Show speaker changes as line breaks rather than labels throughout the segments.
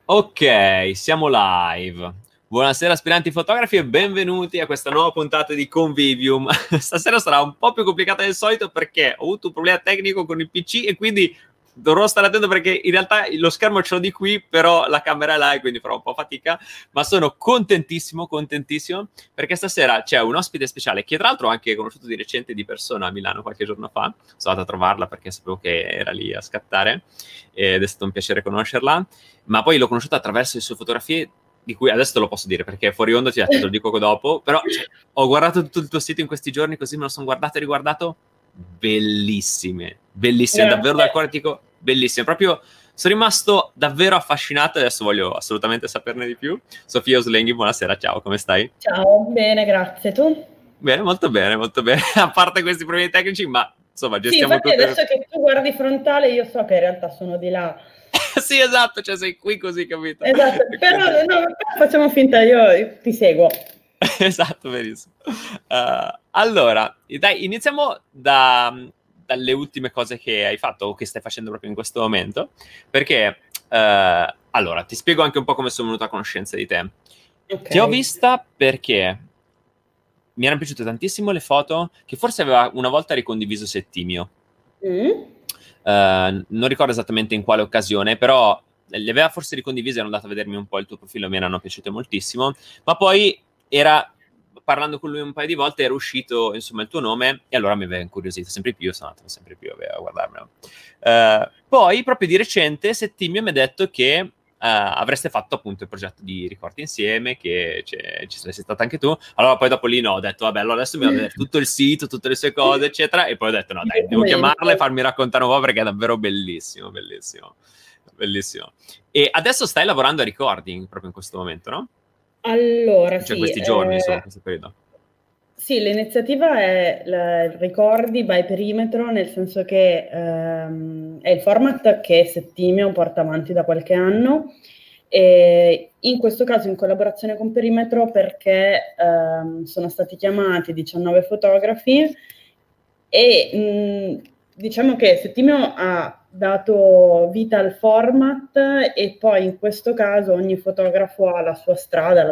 Ok, siamo live. Buonasera aspiranti fotografi e benvenuti a questa nuova puntata di Convivium. Stasera sarà un po' più complicata del solito perché ho avuto un problema tecnico con il PC e quindi dovrò stare attento perché in realtà lo schermo ce l'ho di qui, però la camera è là e quindi farò un po' fatica. Ma sono contentissimo perché stasera c'è un ospite speciale che tra l'altro ho anche conosciuto di recente di persona a Milano qualche giorno fa. Sono andato a trovarla perché sapevo che era lì a scattare ed è stato un piacere conoscerla. Ma poi l'ho conosciuta attraverso le sue fotografie, di cui adesso te lo posso dire perché fuori onda te lo dico dopo, però cioè, ho guardato tutto il tuo sito in questi giorni, così me lo sono guardato e riguardato, bellissime, davvero dal
Grazie.
cuore, dico, bellissime, proprio sono rimasto davvero affascinato e adesso voglio assolutamente saperne di più. Sofia Oslenghi, buonasera, ciao, come stai?
Ciao, bene, grazie. Tu?
Bene, molto bene, a parte questi problemi tecnici, ma insomma
Sì,
gestiamo
infatti
tutte.
adesso che tu guardi frontale io so che in realtà sono di là.
Sì, esatto, cioè sei qui così, capito?
Esatto,
E
però,
quindi...
no, facciamo finta, io ti seguo.
Esatto, benissimo. Allora, dai, iniziamo dalle ultime cose che hai fatto o che stai facendo proprio in questo momento, perché, allora, ti spiego anche un po' come sono venuto a conoscenza di te.
Ok.
Ti ho vista perché mi erano piaciute tantissimo le foto che forse aveva una volta ricondiviso Settimio.
Mm.
Non ricordo esattamente in quale occasione, però le aveva forse ricondivise, ero andato a vedermi un po' il tuo profilo, mi erano piaciute moltissimo, ma poi era, parlando con lui un paio di volte, era uscito insomma il tuo nome e allora mi aveva incuriosito sempre più, sono andato sempre più a guardarmelo. Poi, proprio di recente, Settimio mi ha detto che avreste fatto appunto il progetto di Ricordi insieme, che ci saresti stata anche tu. Allora poi dopo lì no, ho detto vabbè, allora adesso mi vado a vedere tutto il sito, tutte le sue cose, eccetera, e poi ho detto no dai, devo chiamarla e farmi raccontare un po' perché è davvero bellissimo, bellissimo, bellissimo. E adesso stai lavorando a Recording proprio in questo momento, no?
Allora,
Cioè
sì,
questi giorni, insomma, questo periodo.
sì, l'iniziativa è Ricordi by Perimetro, nel senso che è il format che Settimio porta avanti da qualche anno, e in questo caso in collaborazione con Perimetro perché sono stati chiamati 19 fotografi e diciamo che Settimio ha dato vita al format e poi in questo caso ogni fotografo ha la sua strada,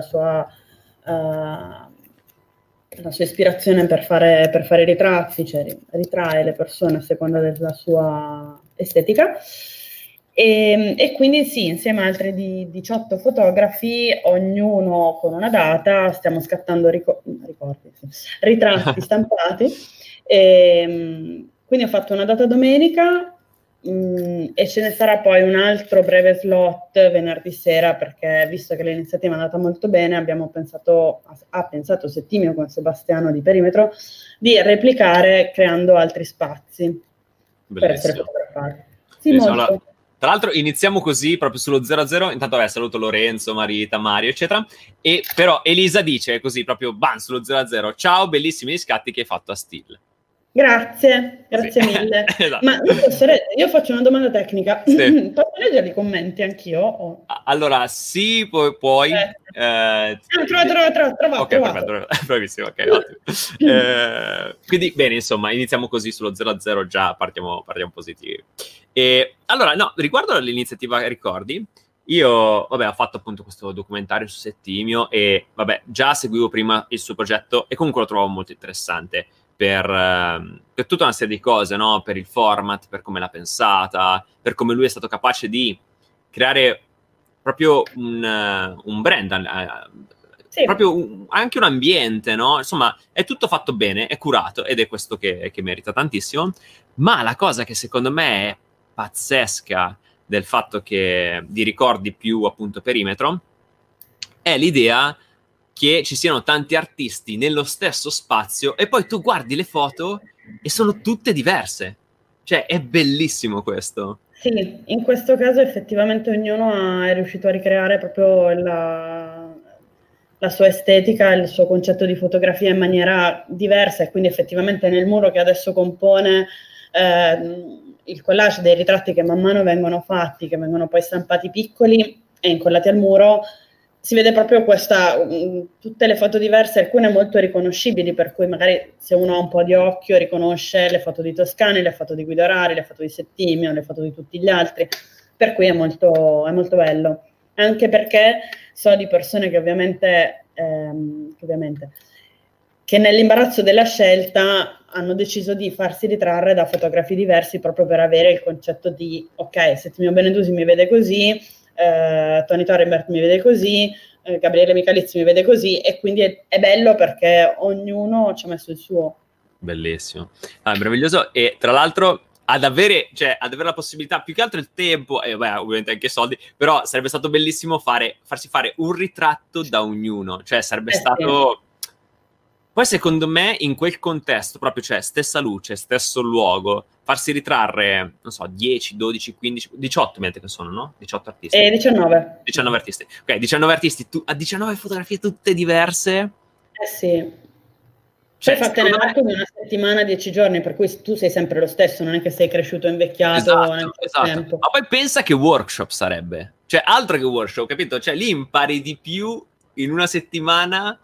la sua ispirazione per fare i ritratti, cioè ritrae le persone a seconda della sua estetica. E quindi sì, insieme a altri 18 fotografi, ognuno con una data, stiamo scattando ritratti stampati. Quindi ho fatto una data domenica e ce ne sarà poi un altro breve slot venerdì sera perché visto che l'iniziativa è andata molto bene ha pensato Settimio con Sebastiano di Perimetro di replicare creando altri spazi per essere
Bellissimo.
fotografati. Sì,
Bellissimo. Allora,
molto.
tra l'altro iniziamo così, proprio sullo 0-0. Intanto saluto Lorenzo, Marita, Mario, eccetera. E però Elisa dice così, proprio bam, sullo 0-0. Ciao, bellissimi gli scatti che hai fatto a Still.
Grazie,
Così.
grazie mille.
Esatto.
Ma io faccio una domanda tecnica.
Sì.
Posso leggere i commenti anch'io?
Allora, sì, puoi. Ok,
Trovato.
perfetto, bravissimo, ok, ottimo. Quindi, bene, insomma, iniziamo così sullo 0-0, già partiamo positivi. E, allora, no, riguardo all'iniziativa Ricordi, io, vabbè, ho fatto appunto questo documentario su Settimio e, vabbè, già seguivo prima il suo progetto e comunque lo trovavo molto interessante per tutta una serie di cose, no? Per il format, per come l'ha pensata, per come lui è stato capace di creare proprio un brand,
Sì.
proprio anche un ambiente, no? Insomma, è tutto fatto bene, è curato ed è questo che merita tantissimo. Ma la cosa che secondo me è pazzesca del fatto che di Ricordi più appunto Perimetro è l'idea che ci siano tanti artisti nello stesso spazio e poi tu guardi le foto e sono tutte diverse. Cioè, è bellissimo questo.
Sì, in questo caso effettivamente ognuno è riuscito a ricreare proprio la sua estetica, il suo concetto di fotografia in maniera diversa e quindi effettivamente nel muro che adesso compone il collage dei ritratti che man mano vengono fatti, che vengono poi stampati piccoli e incollati al muro, si vede proprio tutte le foto diverse, alcune molto riconoscibili, per cui magari se uno ha un po' di occhio riconosce le foto di Toscani, le foto di Guido Rari, le foto di Settimio, le foto di tutti gli altri, per cui è molto bello. anche perché so di persone che ovviamente che nell'imbarazzo della scelta hanno deciso di farsi ritrarre da fotografi diversi proprio per avere il concetto di ok, Settimio Benedusi mi vede così, Tony Torrebert mi vede così, Gabriele Michalizzi mi vede così, e quindi è bello perché ognuno ci ha messo il suo.
Bellissimo, meraviglioso. E tra l'altro ad avere la possibilità, più che altro il tempo e ovviamente anche soldi, però sarebbe stato bellissimo farsi fare un ritratto da ognuno, cioè sarebbe stato... Poi secondo me in quel contesto, proprio, cioè stessa luce, stesso luogo, farsi ritrarre, non so, 10, 12, 15, 18 mentre che sono, no? 18 artisti.
19.
19 artisti. Ok, 19 artisti, a 19 fotografie tutte diverse.
Sì. Cioè, fatte nell'arco di una settimana, 10 giorni, per cui tu sei sempre lo stesso, non è che sei cresciuto invecchiato nel
tempo. Ma poi pensa che workshop sarebbe. Cioè, altro che workshop, capito? Cioè, lì impari di più in una settimana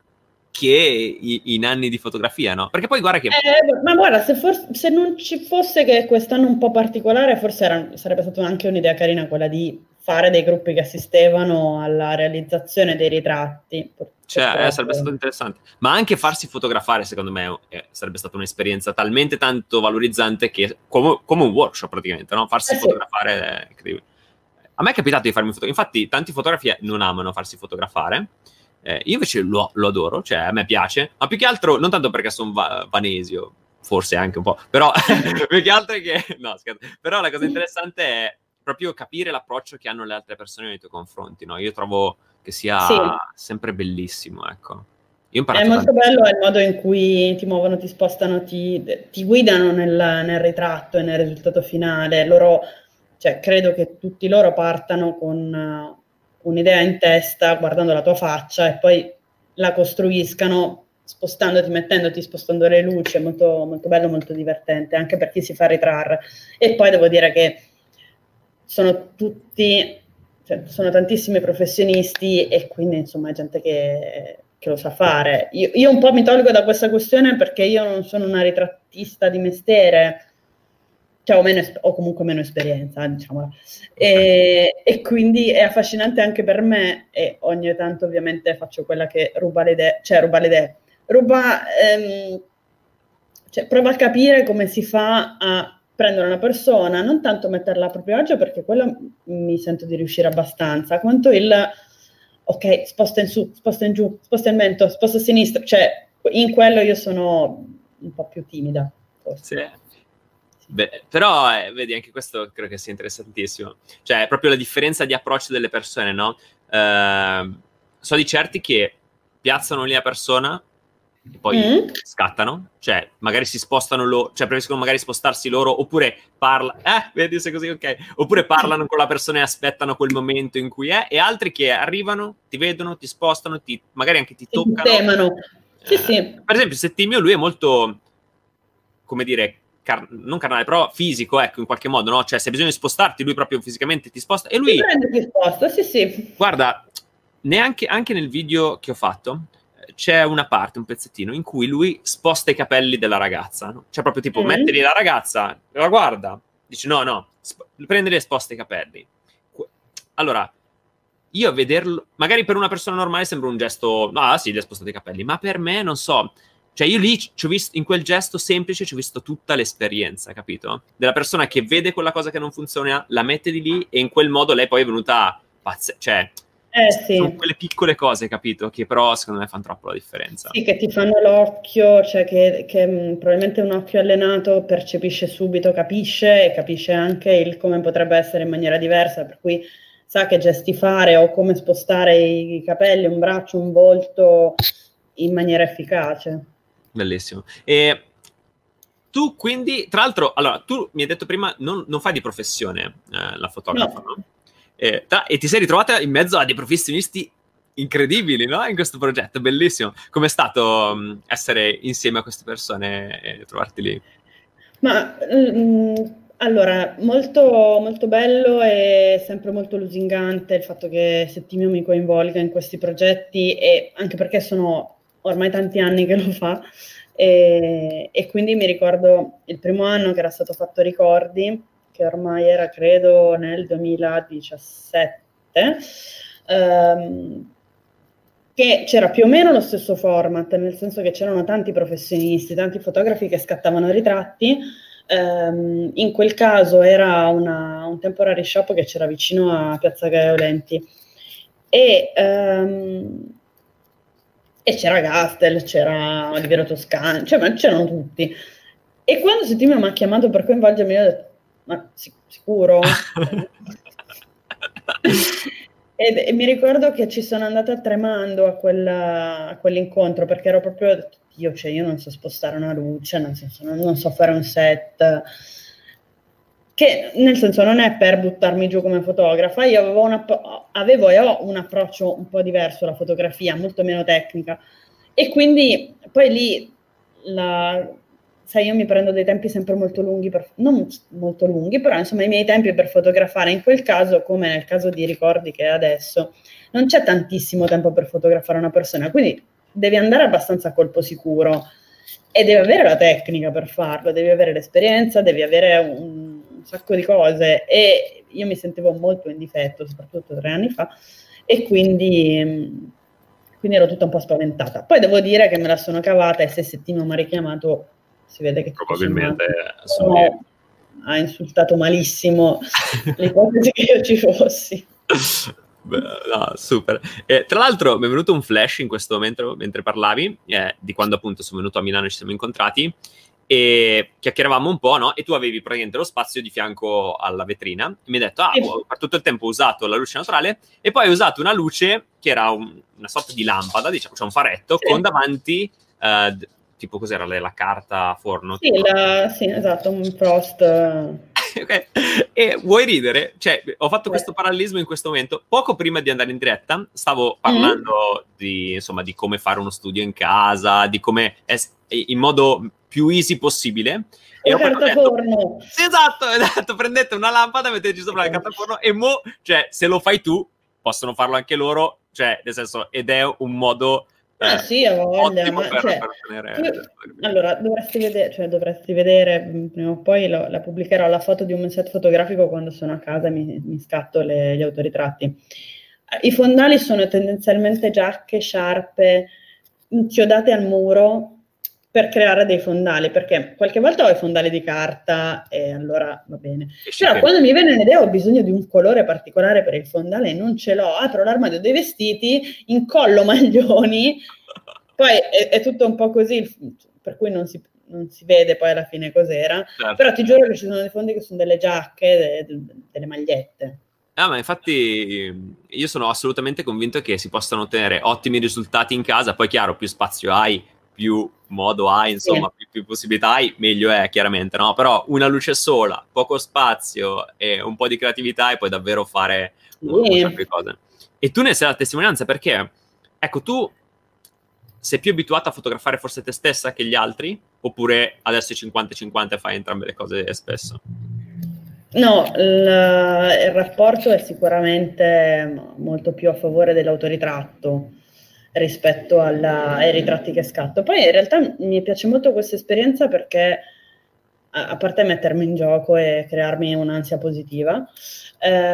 che in anni di fotografia, no? Perché poi guarda che...
ma guarda, se non ci fosse che quest'anno un po' particolare, forse sarebbe stata anche un'idea carina quella di fare dei gruppi che assistevano alla realizzazione dei ritratti.
Cioè, sarebbe stato interessante. Ma anche farsi fotografare, secondo me, sarebbe stata un'esperienza talmente tanto valorizzante che come un workshop praticamente, no? Farsi fotografare è incredibile. A me è capitato di farmi fotografare. Infatti, tanti fotografi non amano farsi fotografare. Io invece lo adoro, cioè a me piace, ma più che altro non tanto perché sono vanesio, forse anche un po', però più che altro è che no, scherzo. Però la cosa interessante è proprio capire l'approccio che hanno le altre persone nei tuoi confronti, no? Io trovo che sia sempre bellissimo, ecco. Io
è molto bello il modo in cui ti muovono, ti spostano, ti guidano nel ritratto e nel risultato finale. Loro, cioè, credo che tutti loro partano con un'idea in testa, guardando la tua faccia, e poi la costruiscano spostandoti, mettendoti, spostando le luci. È molto, molto bello, molto divertente, anche per chi si fa ritrarre. E poi devo dire che sono tutti, cioè, sono tantissimi professionisti, e quindi insomma è gente che lo sa fare. Io un po' mi tolgo da questa questione perché io non sono una ritrattista di mestiere, cioè ho comunque meno esperienza, diciamola. E quindi è affascinante anche per me, e ogni tanto ovviamente faccio quella che ruba le idee, cioè prova a capire come si fa a prendere una persona, non tanto metterla a proprio agio, perché quello mi sento di riuscire abbastanza, quanto ok, sposta in su, sposta in giù, sposta il mento, sposta a sinistra, cioè in quello io sono un po' più timida, forse.
Sì. Beh, però vedi, anche questo credo che sia interessantissimo, cioè è proprio la differenza di approccio delle persone, no? So di certi che piazzano lì la persona e poi scattano, cioè magari si spostano cioè preferiscono magari spostarsi loro, oppure vedi se così, ok, oppure parlano con la persona e aspettano quel momento in cui è, e altri che arrivano, ti vedono, ti spostano, magari anche ti toccano.
Sì.
Per esempio Settimio, lui è molto, come dire, non carnale, però fisico, ecco, in qualche modo, no? Cioè, se hai bisogno di spostarti, lui proprio fisicamente ti sposta. E lui...
ti sposta, sì.
Guarda, anche nel video che ho fatto, c'è una parte, un pezzettino, in cui lui sposta i capelli della ragazza, no? Cioè, proprio tipo, mette lì la ragazza, la guarda, dice no, prendili e sposta i capelli. Allora, io a vederlo, magari per una persona normale sembra un gesto, sì, gli ha spostato i capelli, ma per me, non so... Cioè io lì ci ho visto, in quel gesto semplice ci ho visto tutta l'esperienza, capito? Della persona che vede quella cosa che non funziona, la mette di lì, e in quel modo lei poi è venuta cioè, sono quelle piccole cose, capito? Che però secondo me fanno troppo la differenza.
Sì, che ti fanno l'occhio, cioè che probabilmente un occhio allenato percepisce subito, capisce, e capisce anche il come potrebbe essere in maniera diversa, per cui sa che gesti fare o come spostare i capelli, un braccio, un volto in maniera efficace.
Bellissimo. E tu quindi, tra l'altro, allora, tu mi hai detto prima, non fai di professione la fotografa, no? E ti sei ritrovata in mezzo a dei professionisti incredibili, no? In questo progetto, bellissimo. Com'è stato essere insieme a queste persone e trovarti lì?
Ma allora, molto, molto bello e sempre molto lusingante il fatto che Settimio mi coinvolga in questi progetti, e anche perché sono ormai tanti anni che lo fa, e quindi mi ricordo il primo anno che era stato fatto Ricordi, che ormai era credo nel 2017, che c'era più o meno lo stesso format, nel senso che c'erano tanti professionisti, tanti fotografi che scattavano ritratti. In quel caso era un temporary shop che c'era vicino a Piazza Gaia Aulenti e c'era Gastel, c'era Oliviero Toscani, cioè, ma c'erano tutti. E quando Settimio mi ha chiamato per coinvolgermi, io ho detto, ma sicuro? E mi ricordo che ci sono andata tremando a quell'incontro, perché ero proprio, io non so spostare una luce, nel senso, non so fare un set, che nel senso non è per buttarmi giù come fotografa, io avevo e ho un approccio un po' diverso alla fotografia, molto meno tecnica, e quindi poi lì, sai, io mi prendo dei tempi sempre molto lunghi, non molto lunghi, però insomma i miei tempi per fotografare in quel caso, come nel caso di Ricordi che è adesso, non c'è tantissimo tempo per fotografare una persona, quindi devi andare abbastanza a colpo sicuro e devi avere la tecnica per farlo, devi avere l'esperienza, devi avere un sacco di cose, e io mi sentivo molto in difetto, soprattutto 3 anni fa, e quindi ero tutta un po' spaventata. Poi devo dire che me la sono cavata, e se Settimio mi ha richiamato, si vede che
probabilmente
ha insultato malissimo l'ipotesi che io ci fossi.
Beh, no, super. Tra l'altro mi è venuto un flash in questo momento mentre parlavi, di quando appunto sono venuto a Milano e ci siamo incontrati e chiacchieravamo un po', no? E tu avevi praticamente lo spazio di fianco alla vetrina e mi hai detto, per tutto il tempo ho usato la luce naturale e poi hai usato una luce che era una sorta di lampada, diciamo, cioè un faretto, con davanti tipo cos'era la carta forno?
Sì, sì, esatto, un frost.
Okay. E vuoi ridere? Cioè, ho fatto questo parallelismo in questo momento. Poco prima di andare in diretta stavo parlando di come fare uno studio in casa, di come in modo più easy possibile. E ho
carta forno.
Sì, esatto, prendete una lampada, mettete sopra la carta forno e cioè, se lo fai tu, possono farlo anche loro, cioè, nel senso, ed è un modo
sì, a voglia, ma allora dovresti vedere, prima o poi la pubblicherò, la foto di un set fotografico quando sono a casa e mi scatto gli autoritratti. I fondali sono tendenzialmente giacche, sciarpe inchiodate al muro per creare dei fondali, perché qualche volta ho i fondali di carta e allora va bene. Però quando mi viene un'idea, ho bisogno di un colore particolare per il fondale e non ce l'ho, apro l'armadio dei vestiti, incollo maglioni, poi è tutto un po' così, per cui non si vede poi alla fine cos'era, certo. Però ti giuro che ci sono dei fondi che sono delle giacche, delle magliette.
Ma infatti io sono assolutamente convinto che si possano ottenere ottimi risultati in casa, poi chiaro, più spazio hai, più modo hai, insomma, più possibilità hai, meglio è, chiaramente, no? Però una luce sola, poco spazio e un po' di creatività e puoi davvero fare un sacco di cose. E tu ne sei la testimonianza perché, ecco, tu sei più abituata a fotografare forse te stessa che gli altri? Oppure adesso 50-50 e fai entrambe le cose spesso?
No, il rapporto è sicuramente molto più a favore dell'autoritratto rispetto ai ritratti che scatto. Poi in realtà mi piace molto questa esperienza perché, a parte mettermi in gioco e crearmi un'ansia positiva, è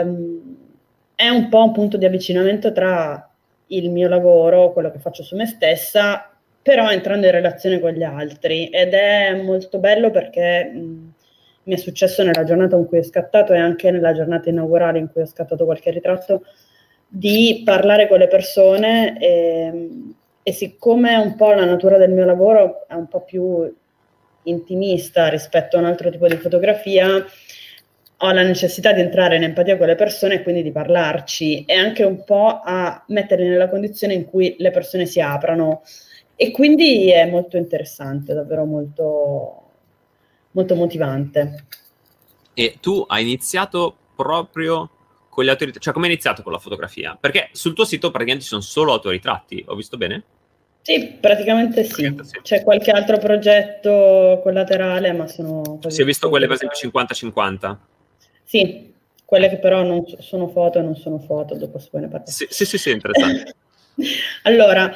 un po' un punto di avvicinamento tra il mio lavoro, quello che faccio su me stessa, però entrando in relazione con gli altri, ed è molto bello perché mi è successo nella giornata in cui ho scattato e anche nella giornata inaugurale in cui ho scattato qualche ritratto, di parlare con le persone e siccome un po' la natura del mio lavoro è un po' più intimista rispetto a un altro tipo di fotografia, ho la necessità di entrare in empatia con le persone e quindi di parlarci e anche un po' a metterli nella condizione in cui le persone si aprano, e quindi è molto interessante, davvero molto, molto motivante.
E tu hai iniziato proprio con le autoritratti, cioè come hai iniziato con la fotografia? Perché sul tuo sito praticamente ci sono solo autoritratti, ho visto bene?
Sì, praticamente sì. C'è qualche altro progetto collaterale, ma sono...
Si è visto quelle per esempio 50-50?
Sì, quelle che però non sono foto e non sono foto, dopo se poi ne parliamo.
Sì, interessante.
Allora,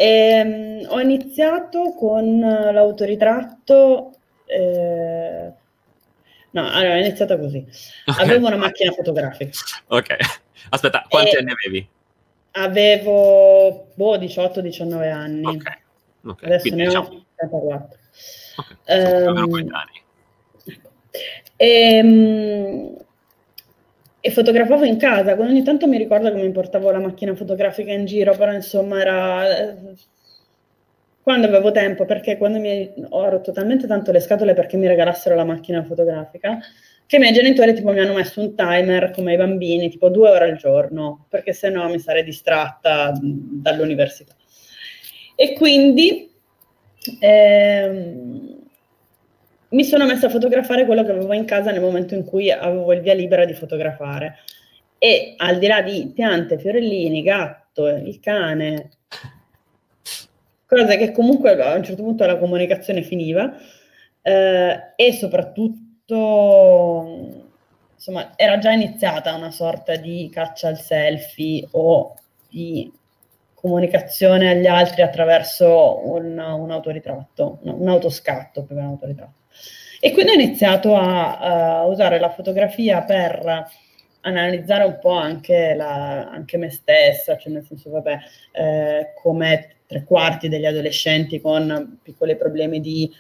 ho iniziato con l'autoritratto... No, allora, è iniziata così. Avevo una macchina fotografica.
Ok. Aspetta, quanti anni avevi?
Avevo 18-19 anni.
Ok.
Adesso
Quindi,
ne ho
diciamo,
34.
ok, sono più o meno coetanei.
E fotografavo in casa, ogni tanto mi ricordo che mi portavo la macchina fotografica in giro, però insomma era quando avevo tempo, perché quando ho rotto talmente tanto le scatole perché mi regalassero la macchina fotografica, che i miei genitori tipo mi hanno messo un timer come i bambini, tipo 2 ore al giorno, perché sennò mi sarei distratta dall'università. E quindi mi sono messa a fotografare quello che avevo in casa nel momento in cui avevo il via libera di fotografare. E al di là di piante, fiorellini, gatto, il cane, cose che comunque a un certo punto la comunicazione finiva, e soprattutto, insomma, era già iniziata una sorta di caccia al selfie o di comunicazione agli altri attraverso un autoritratto, un autoscatto più che un autoritratto. E quindi ho iniziato a usare la fotografia per analizzare un po' anche me stessa, cioè nel senso, vabbè, come 3/4 degli adolescenti con piccoli problemi di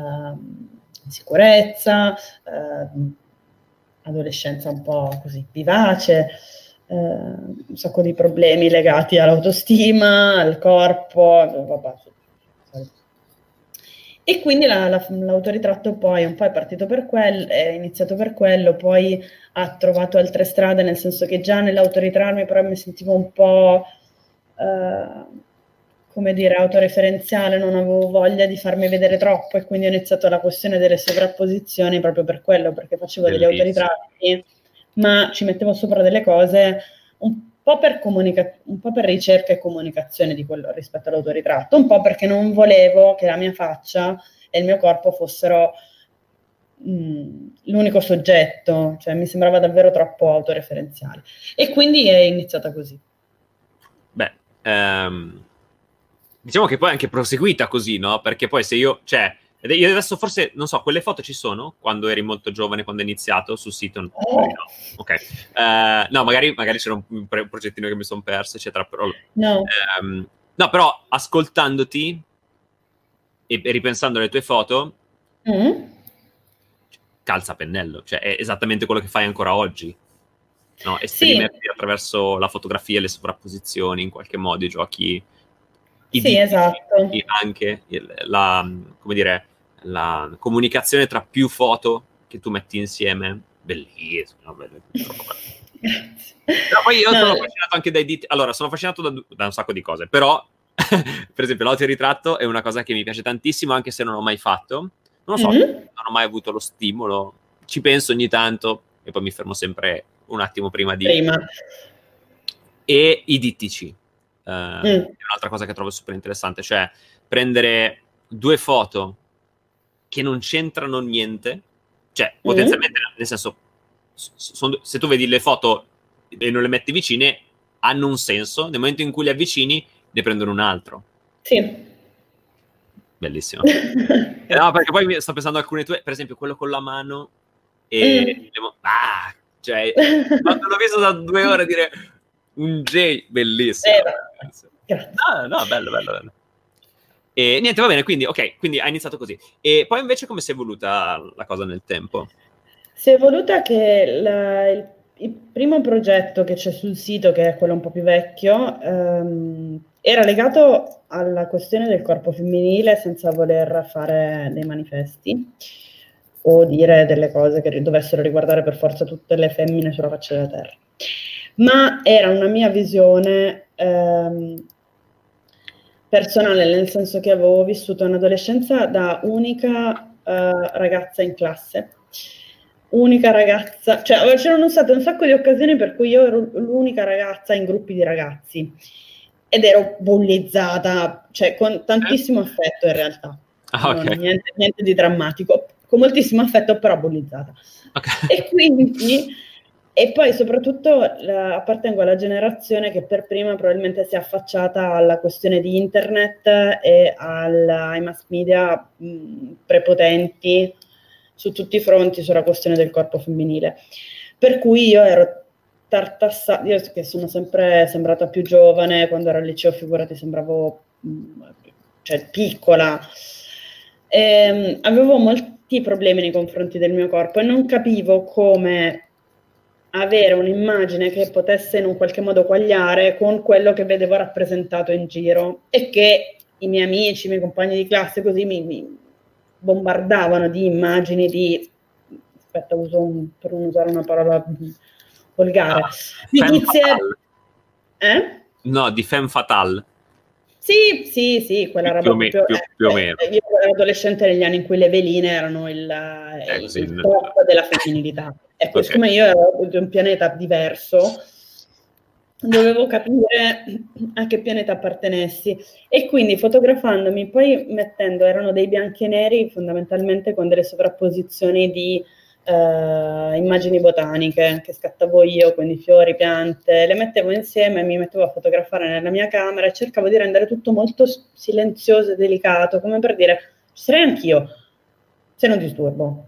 sicurezza, adolescenza un po' così vivace, un sacco di problemi legati all'autostima, al corpo, vabbè. E quindi l'autoritratto poi un po' è partito per quello, è iniziato per quello, poi ha trovato altre strade, nel senso che già nell'autoritrarmi però mi sentivo un po', come dire, autoreferenziale, non avevo voglia di farmi vedere troppo e quindi ho iniziato la questione delle sovrapposizioni proprio per quello, perché facevo degli autoritratti, ma ci mettevo sopra delle cose un po' per ricerca e comunicazione di quello rispetto all'autoritratto, un po' perché non volevo che la mia faccia e il mio corpo fossero l'unico soggetto, cioè mi sembrava davvero troppo autoreferenziale. E quindi è iniziata così.
Beh, diciamo che poi è anche proseguita così, no? Perché poi se io adesso forse, non so, quelle foto ci sono quando eri molto giovane, quando hai iniziato sul sito? No. Ok. No, magari c'era un progettino che mi sono perso, eccetera. Però,
no,
però ascoltandoti e ripensando alle tue foto, calza a pennello, cioè è esattamente quello che fai ancora oggi. No? Esprimerti attraverso la fotografia e le sovrapposizioni, in qualche modo i giochi.
Sì, esatto.
E anche la comunicazione tra più foto che tu metti insieme, bellissimo. Però poi io sono affascinato anche dai diti. Allora, sono affascinato da un sacco di cose, però per esempio l'autoritratto è una cosa che mi piace tantissimo, anche se non ho mai fatto. Non lo so, non ho mai avuto lo stimolo, ci penso ogni tanto e poi mi fermo sempre un attimo prima di... E i dittici. È un'altra cosa che trovo super interessante, cioè prendere 2 foto che non c'entrano niente, cioè potenzialmente, nel senso, se tu vedi le foto e non le metti vicine, hanno un senso, nel momento in cui le avvicini ne prendono un altro.
Sì.
Bellissimo. No, perché poi sto pensando a alcune tue, per esempio quello con la mano e cioè quando l'ho visto da 2 ore dire un J, bellissimo. No, bello. E niente, va bene, quindi hai iniziato così. E poi invece come si è evoluta la cosa nel tempo?
Si è evoluta che il primo progetto che c'è sul sito, che è quello un po' più vecchio, era legato alla questione del corpo femminile senza voler fare dei manifesti o dire delle cose che dovessero riguardare per forza tutte le femmine sulla faccia della terra. Ma era una mia visione personale, nel senso che avevo vissuto un'adolescenza da unica ragazza in classe, unica ragazza, cioè c'erano state un sacco di occasioni per cui io ero l'unica ragazza in gruppi di ragazzi ed ero bullizzata, cioè con tantissimo affetto in realtà, niente di drammatico, con moltissimo affetto però bullizzata. E quindi, e poi soprattutto appartengo alla generazione che per prima probabilmente si è affacciata alla questione di internet e ai mass media prepotenti su tutti i fronti sulla questione del corpo femminile. Per cui io ero tartassata, io che sono sempre sembrata più giovane, quando ero al liceo figurati sembravo cioè, piccola, avevo molti problemi nei confronti del mio corpo e non capivo come avere un'immagine che potesse in un qualche modo quagliare con quello che vedevo rappresentato in giro e che i miei amici, i miei compagni di classe così mi bombardavano di immagini di, aspetta, per non usare una parola volgare, di tizie,
No, di femme fatale.
Sì, quella roba proprio.
Più o meno.
Io ero adolescente negli anni in cui le veline erano il top della femminilità. Ecco, siccome io ero di un pianeta diverso, dovevo capire a che pianeta appartenessi. E quindi fotografandomi, poi erano dei bianchi e neri fondamentalmente con delle sovrapposizioni di immagini botaniche che scattavo io, quindi fiori, piante, le mettevo insieme, mi mettevo a fotografare nella mia camera e cercavo di rendere tutto molto silenzioso e delicato, come per dire, ci sarei anch'io, se non disturbo.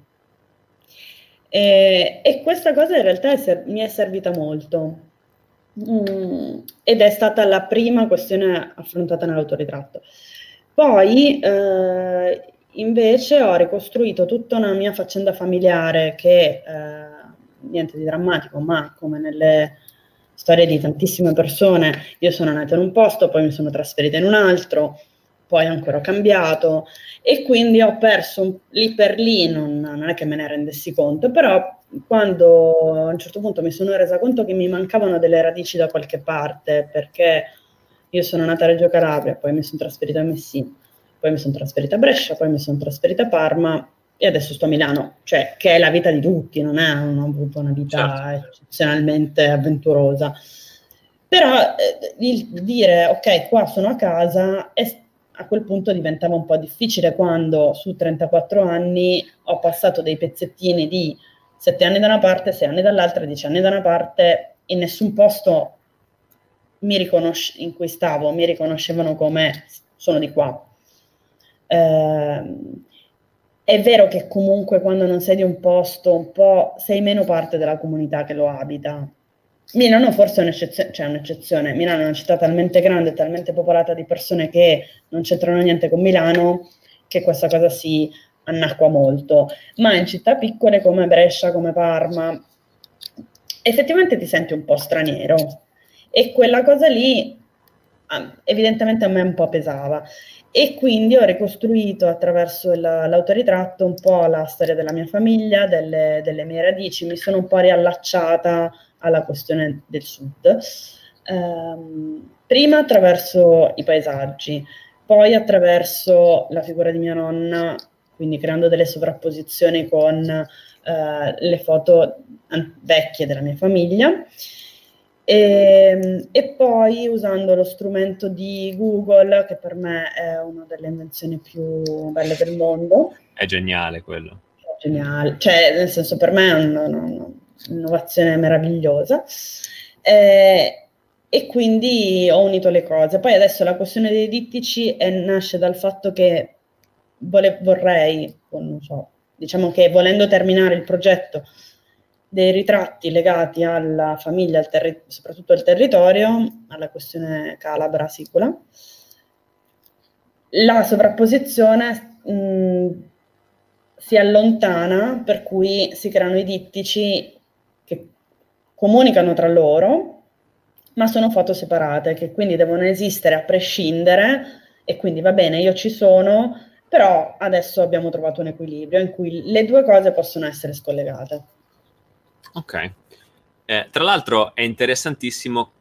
E questa cosa in realtà mi è servita molto. Ed è stata la prima questione affrontata nell'autoritratto. Poi invece ho ricostruito tutta una mia faccenda familiare che niente di drammatico, ma come nelle storie di tantissime persone, io sono nata in un posto, poi mi sono trasferita in un altro, poi ancora ho cambiato e quindi ho perso lì per lì, non è che me ne rendessi conto, però quando a un certo punto mi sono resa conto che mi mancavano delle radici da qualche parte, perché io sono nata a Reggio Calabria, poi mi sono trasferita a Messina, poi mi sono trasferita a Brescia, poi mi sono trasferita a Parma e adesso sto a Milano, cioè che è la vita di tutti, non ho avuto una vita eccezionalmente avventurosa. Però il dire ok, qua sono a casa, a quel punto diventava un po' difficile quando su 34 anni ho passato dei pezzettini di 7 anni da una parte, 6 anni dall'altra, 10 anni da una parte, in nessun posto in cui stavo mi riconoscevano come sono di qua. È vero che comunque quando non sei di un posto un po' sei meno parte della comunità che lo abita. Milano forse è un'eccezione, Milano è una città talmente grande, talmente popolata di persone che non c'entrano niente con Milano, che questa cosa si annacqua molto, ma in città piccole come Brescia, come Parma, effettivamente ti senti un po' straniero e quella cosa lì evidentemente a me un po' pesava. E quindi ho ricostruito attraverso l'autoritratto un po' la storia della mia famiglia, delle mie radici, mi sono un po' riallacciata alla questione del sud, prima attraverso i paesaggi, poi attraverso la figura di mia nonna, quindi creando delle sovrapposizioni con le foto vecchie della mia famiglia. E poi usando lo strumento di Google, che per me è una delle invenzioni più belle del mondo.
È geniale quello.
È geniale, cioè nel senso per me è un'innovazione meravigliosa. E quindi ho unito le cose. Poi adesso la questione dei dittici nasce dal fatto che vorrei, non so, diciamo che volendo terminare il progetto dei ritratti legati alla famiglia, soprattutto al territorio, alla questione calabra sicula, la sovrapposizione si allontana, per cui si creano i dittici che comunicano tra loro, ma sono foto separate, che quindi devono esistere a prescindere, e quindi va bene, io ci sono, però adesso abbiamo trovato un equilibrio in cui le due cose possono essere scollegate.
Ok. Tra l'altro è interessantissimo,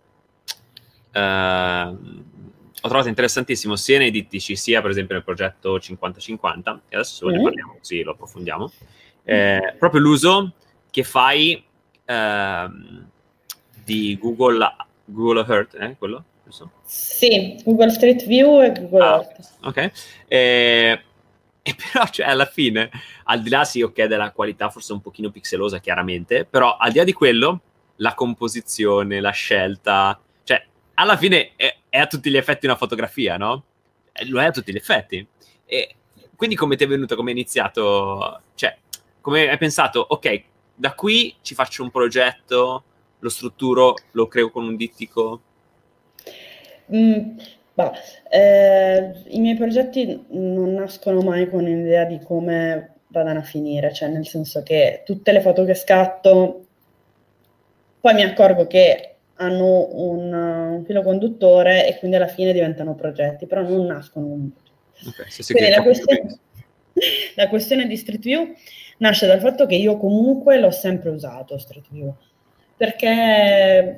ho trovato interessantissimo sia nei dittici sia per esempio nel progetto 50-50, e adesso ne parliamo così lo approfondiamo, proprio l'uso che fai di Google Earth, quello? Giusto?
Sì, Google Street View e Google Earth.
Ok. E però cioè, alla fine, al di là sì, ok, della qualità forse un pochino pixelosa chiaramente, però al di là di quello, la composizione, la scelta, cioè alla fine è a tutti gli effetti una fotografia, no? Lo è a tutti gli effetti. E quindi come ti è venuto, come hai iniziato, cioè come hai pensato, ok, da qui ci faccio un progetto lo strutturo, lo creo con un dittico?
I miei progetti non nascono mai con un'idea di come vadano a finire, cioè nel senso che tutte le foto che scatto, poi mi accorgo che hanno un filo conduttore e quindi alla fine diventano progetti, però non nascono comunque.
Okay,
quindi la questione di Street View nasce dal fatto che io comunque l'ho sempre usato Street View, perché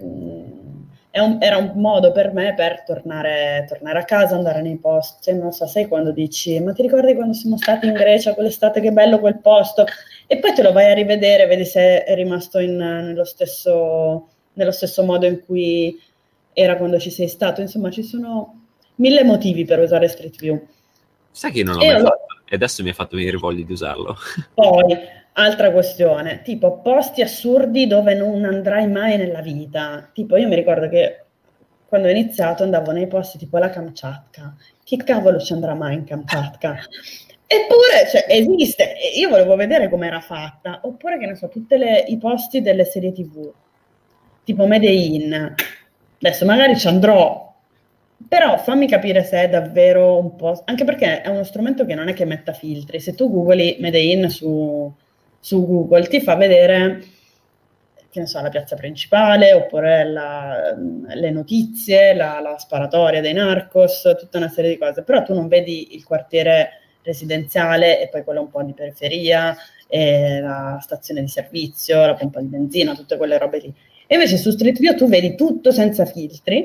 era un modo per me per tornare a casa, andare nei posti, cioè, non so, sai quando dici, ma ti ricordi quando siamo stati in Grecia quell'estate, che bello quel posto, e poi te lo vai a rivedere, vedi se è rimasto nello stesso modo in cui era quando ci sei stato. Insomma, ci sono 1000 motivi per usare Street View.
Sai che non l'ho mai fatto e adesso mi ha fatto venire voglia di usarlo.
Poi, altra questione, tipo posti assurdi dove non andrai mai nella vita. Tipo, io mi ricordo che quando ho iniziato andavo nei posti tipo la Kamchatka. Chi cavolo ci andrà mai in Kamchatka? Eppure, cioè, esiste. Io volevo vedere com'era fatta. Oppure, che ne so, tutti i posti delle serie TV, tipo Medellin. Adesso magari ci andrò, però fammi capire se è davvero un po', anche perché è uno strumento che non è che metta filtri. Se tu googli Medellin su Google, ti fa vedere, che ne so, la piazza principale, oppure le notizie, la sparatoria dei narcos, tutta una serie di cose, però tu non vedi il quartiere residenziale e poi quello un po' di periferia, e la stazione di servizio, la pompa di benzina, tutte quelle robe lì. E invece su Street View tu vedi tutto senza filtri,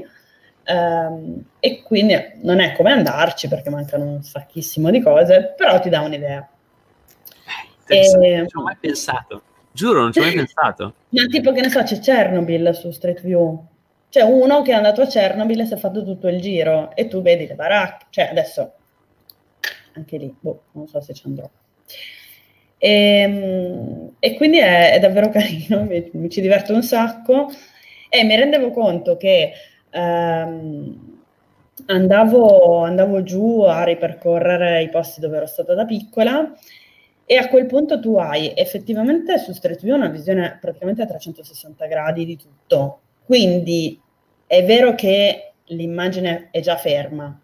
e quindi non è come andarci perché mancano un sacchissimo di cose, però ti dà un'idea.
Non ci ho mai pensato, giuro, non ci ho mai pensato.
Ma tipo, che ne so, c'è Chernobyl su Street View. C'è uno che è andato a Chernobyl e si è fatto tutto il giro e tu vedi le baracche, cioè adesso anche lì, non so se ci andrò. E quindi è davvero carino, mi ci diverto un sacco e mi rendevo conto che andavo giù a ripercorrere i posti dove ero stata da piccola, e a quel punto tu hai effettivamente su Street View una visione praticamente a 360 gradi di tutto, quindi è vero che l'immagine è già ferma,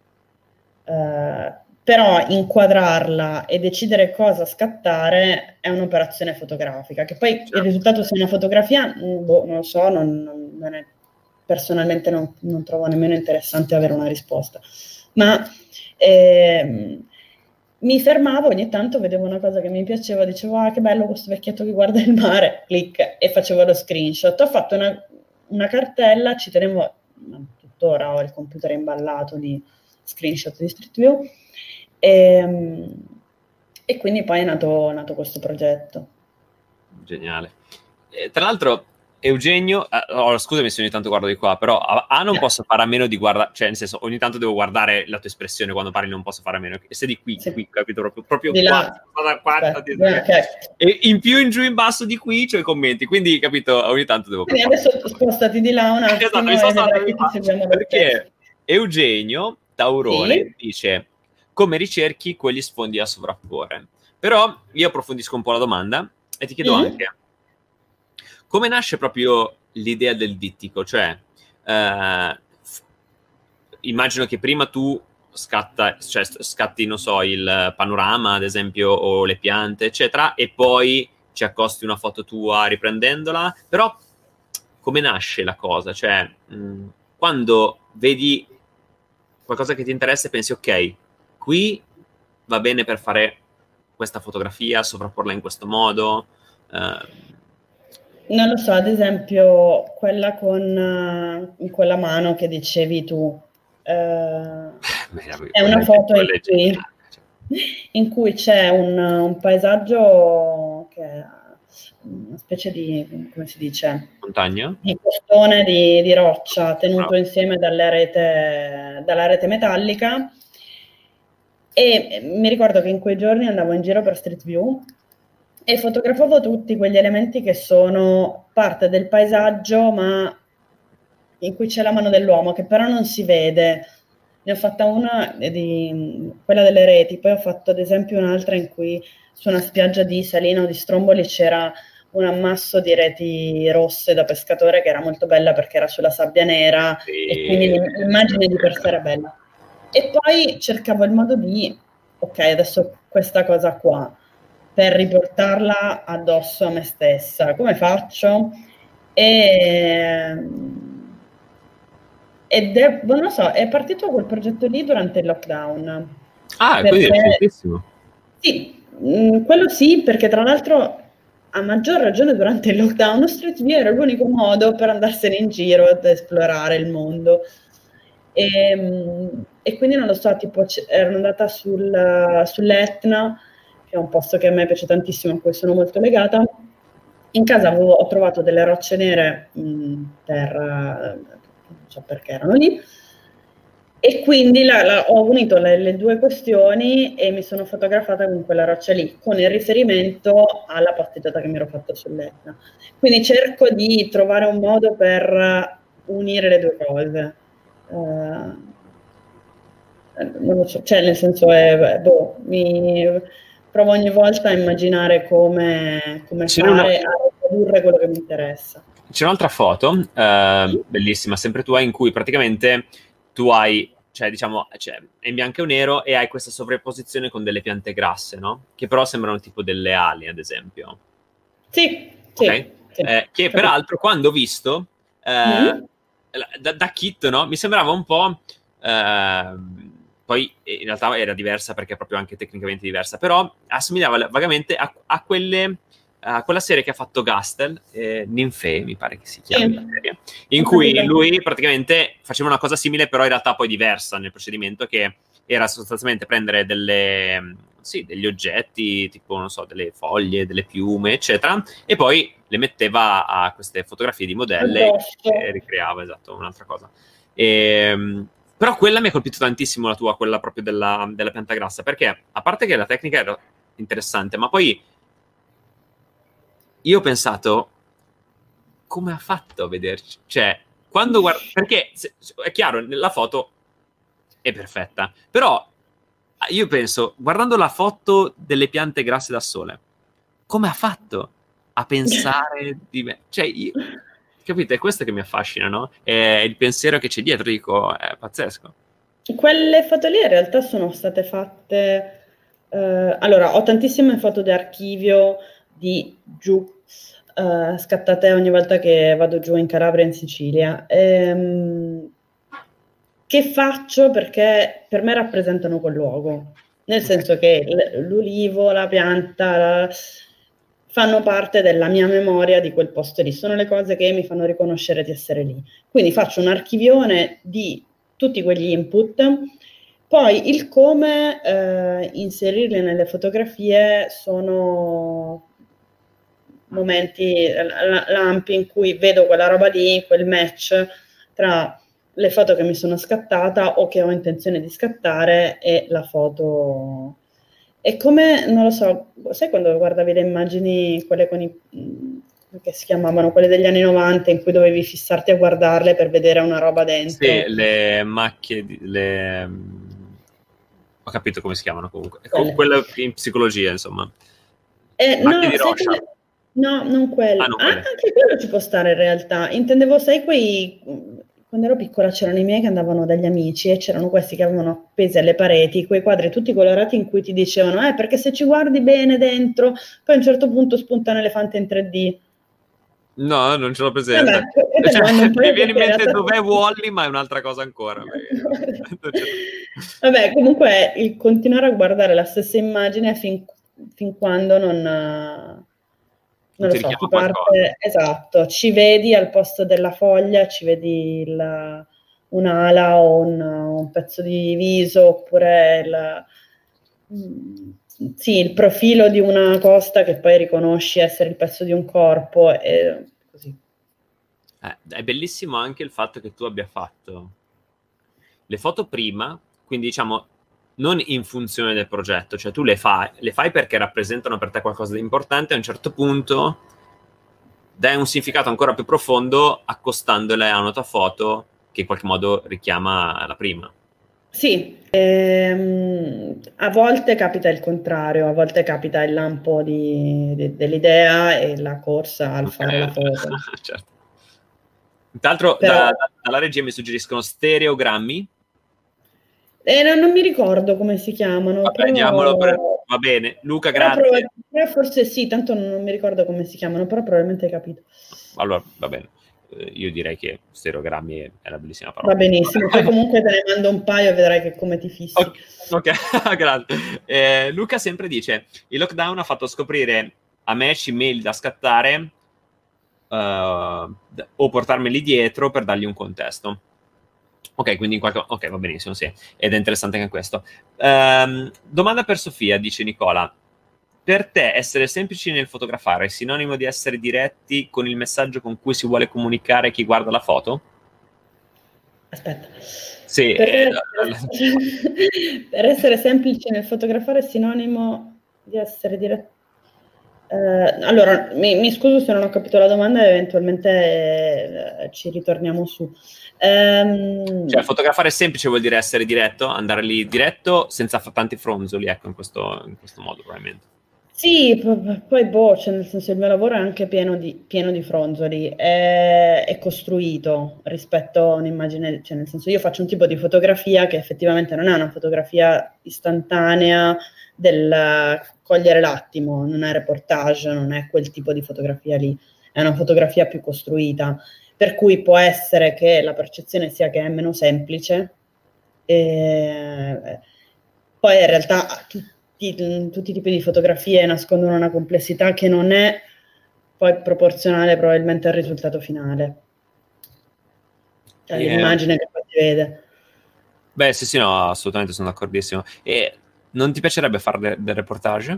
però inquadrarla e decidere cosa scattare è un'operazione fotografica, che poi il risultato sia una fotografia, non lo so, non è, personalmente non trovo nemmeno interessante avere una risposta, ma mi fermavo ogni tanto, vedevo una cosa che mi piaceva, dicevo che bello questo vecchietto che guarda il mare, clic, e facevo lo screenshot. Ho fatto una cartella, ci tenevo, tuttora ho il computer imballato di screenshot di Street View, e quindi poi è nato questo progetto.
Geniale. Tra l'altro Eugenio, scusami se ogni tanto guardo di qua, però non posso fare a meno di guardare, cioè nel senso ogni tanto devo guardare la tua espressione quando parli, non posso fare a meno. E se di qui, capito? Proprio
di là.
Quarta, okay. E in più, in giù, in basso di qui c'ho i commenti, quindi capito, ogni tanto devo...
Quindi adesso spostati di là un attimo.
Esatto, perché Eugenio Taurone dice: come ricerchi quegli sfondi a sovrapporre? Però io approfondisco un po' la domanda e ti chiedo anche come nasce proprio l'idea del dittico? Cioè, immagino che prima tu scatti, non so, il panorama, ad esempio, o le piante, eccetera, e poi ci accosti una foto tua riprendendola. Però come nasce la cosa? Cioè, quando vedi qualcosa che ti interessa e pensi, ok, qui va bene per fare questa fotografia, sovrapporla in questo modo...
Non lo so, ad esempio quella con quella mano che dicevi tu, è una foto in cui c'è un paesaggio che è una specie di, come si dice?
Montagna?
Di costone di roccia tenuto insieme dalla rete metallica, e mi ricordo che in quei giorni andavo in giro per Street View e fotografavo tutti quegli elementi che sono parte del paesaggio, ma in cui c'è la mano dell'uomo, che però non si vede. Ne ho fatta una quella delle reti, poi ho fatto ad esempio un'altra in cui su una spiaggia di Salina o di Stromboli c'era un ammasso di reti rosse da pescatore che era molto bella perché era sulla sabbia nera,
Sì.
e quindi l'immagine di per sé era bella. E poi cercavo il modo di, ok, adesso questa cosa qua, per riportarla addosso a me stessa, come faccio? Non lo so, è partito quel progetto lì durante il lockdown.
Quindi è recentissimo.
Sì, quello sì, perché tra l'altro a maggior ragione durante il lockdown Street View era l'unico modo per andarsene in giro ad esplorare il mondo. E quindi non lo so, tipo ero andata sull'Etna, che è un posto che a me piace tantissimo, a cui sono molto legata. In casa ho trovato delle rocce nere non so perché erano lì, e quindi ho unito le due questioni e mi sono fotografata con quella roccia lì, con il riferimento alla passeggiata che mi ero fatta sull'Etna. Quindi cerco di trovare un modo per unire le due cose. Non lo so, cioè nel senso mi provo ogni volta a immaginare come fare a produrre quello che mi interessa.
C'è un'altra foto bellissima, sempre tua, in cui praticamente tu hai, cioè diciamo, è in bianco e nero e hai questa sovrapposizione con delle piante grasse, no? Che però sembrano tipo delle ali, ad esempio.
Sì,
Okay?
sì.
Che peraltro quando ho visto da kit, no? Mi sembrava un po'... poi in realtà era diversa perché è proprio anche tecnicamente diversa, però assomigliava vagamente a quella serie che ha fatto Gastel, Ninfee, mi pare che si chiami, la serie, in cui lui praticamente faceva una cosa simile, però in realtà poi diversa nel procedimento, che era sostanzialmente prendere degli oggetti, tipo, non so, delle foglie, delle piume, eccetera, e poi le metteva a queste fotografie di modelle e ricreava, esatto, un'altra cosa. Però quella mi ha colpito tantissimo, la tua, quella proprio della pianta grassa, perché a parte che la tecnica era interessante, ma poi io ho pensato, come ha fatto a vederci? Cioè, quando guardo... Perché è chiaro, la foto è perfetta, però io penso, guardando la foto delle piante grasse da sole, come ha fatto a pensare di me? Cioè, capite? È questo che mi affascina, no? È il pensiero che c'è dietro, dico, è pazzesco.
Quelle foto lì in realtà sono state fatte... allora, ho tantissime foto di archivio di giù, scattate ogni volta che vado giù in Calabria e in Sicilia. Che faccio perché per me rappresentano quel luogo, nel senso che l'ulivo, la pianta fanno parte della mia memoria di quel posto lì, sono le cose che mi fanno riconoscere di essere lì. Quindi faccio un archivione di tutti quegli input, poi il come inserirli nelle fotografie sono momenti lampi in cui vedo quella roba lì, quel match tra le foto che mi sono scattata o che ho intenzione di scattare e la foto. È come, non lo so, sai quando guardavi le immagini, quelle con che si chiamavano, quelle degli anni 90, in cui dovevi fissarti a guardarle per vedere una roba dentro?
Sì, le macchie, ho capito come si chiamano comunque. Quello in psicologia, insomma. Macchie di Rorschach.
No, non quello. Anche quello ci può stare in realtà. Intendevo, sai, quando ero piccola c'erano i miei che andavano dagli amici e c'erano questi che avevano appesi alle pareti quei quadri tutti colorati in cui ti dicevano perché se ci guardi bene dentro poi a un certo punto spunta un elefante in 3D.
No, non ce l'ho presente. Mi viene in mente dov'è Wall-E, ma è un'altra cosa ancora.
Vabbè, comunque il continuare a guardare la stessa immagine fin quando non lo so, ti parte, esatto, ci vedi al posto della foglia, ci vedi un'ala o un pezzo di viso, oppure il profilo di una costa che poi riconosci essere il pezzo di un corpo, e così.
È bellissimo anche il fatto che tu abbia fatto le foto prima, quindi diciamo non in funzione del progetto, cioè tu le fai perché rappresentano per te qualcosa di importante, a un certo punto dai un significato ancora più profondo accostandole a una tua foto che in qualche modo richiama la prima.
Sì, a volte capita il contrario, a volte capita il lampo dell'idea e la corsa al fare la foto.
Certo. Intanto
Però
dalla regia mi suggeriscono stereogrammi.
non mi ricordo come si chiamano,
Vabbè, diamolo
però,
va bene. Luca,
però,
grazie.
però forse sì, tanto non mi ricordo come si chiamano, però probabilmente hai capito.
Allora, va bene. Io direi che stereogrammi è una bellissima
Va
parola.
benissimo, poi comunque te ne mando un paio e vedrai che come ti fissi.
Ok, grazie. Luca sempre dice: il lockdown ha fatto scoprire a me email da scattare o portarmeli dietro per dargli un contesto. Ok, quindi ok, va benissimo, sì. Ed è interessante anche questo. Domanda per Sofia, dice Nicola. Per te essere semplici nel fotografare è sinonimo di essere diretti con il messaggio con cui si vuole comunicare chi guarda la foto?
Aspetta.
Sì.
Per essere semplice nel fotografare è sinonimo di essere diretto. Allora, mi scuso se non ho capito la domanda e eventualmente ci ritorniamo su.
Cioè, fotografare semplice vuol dire essere diretto, andare lì diretto senza tanti fronzoli, ecco, in questo modo probabilmente.
Sì, poi cioè, nel senso il mio lavoro è anche pieno di fronzoli, è costruito rispetto a un'immagine, cioè nel senso io faccio un tipo di fotografia che effettivamente non è una fotografia istantanea del cogliere l'attimo, non è reportage, non è quel tipo di fotografia lì, è una fotografia più costruita, per cui può essere che la percezione sia che è meno semplice, poi in realtà tutti i tipi di fotografie nascondono una complessità che non è poi proporzionale probabilmente al risultato finale, cioè l'immagine che poi si vede.
Beh, sì, no, assolutamente sono d'accordissimo. E non ti piacerebbe fare del reportage?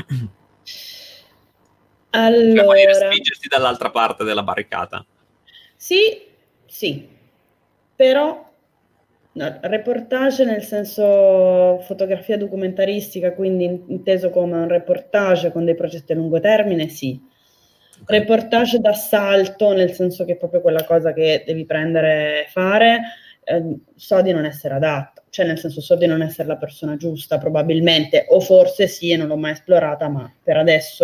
Cioè, vuoi dire
Allora,
spingerti dall'altra parte della barricata?
sì, però no, reportage nel senso fotografia documentaristica, quindi inteso come un reportage con dei progetti a lungo termine, sì.
Okay.
Reportage d'assalto, nel senso che è proprio quella cosa che devi prendere e fare, so di non essere adatta, cioè nel senso so di non essere la persona giusta probabilmente, o forse sì e non l'ho mai esplorata, ma per adesso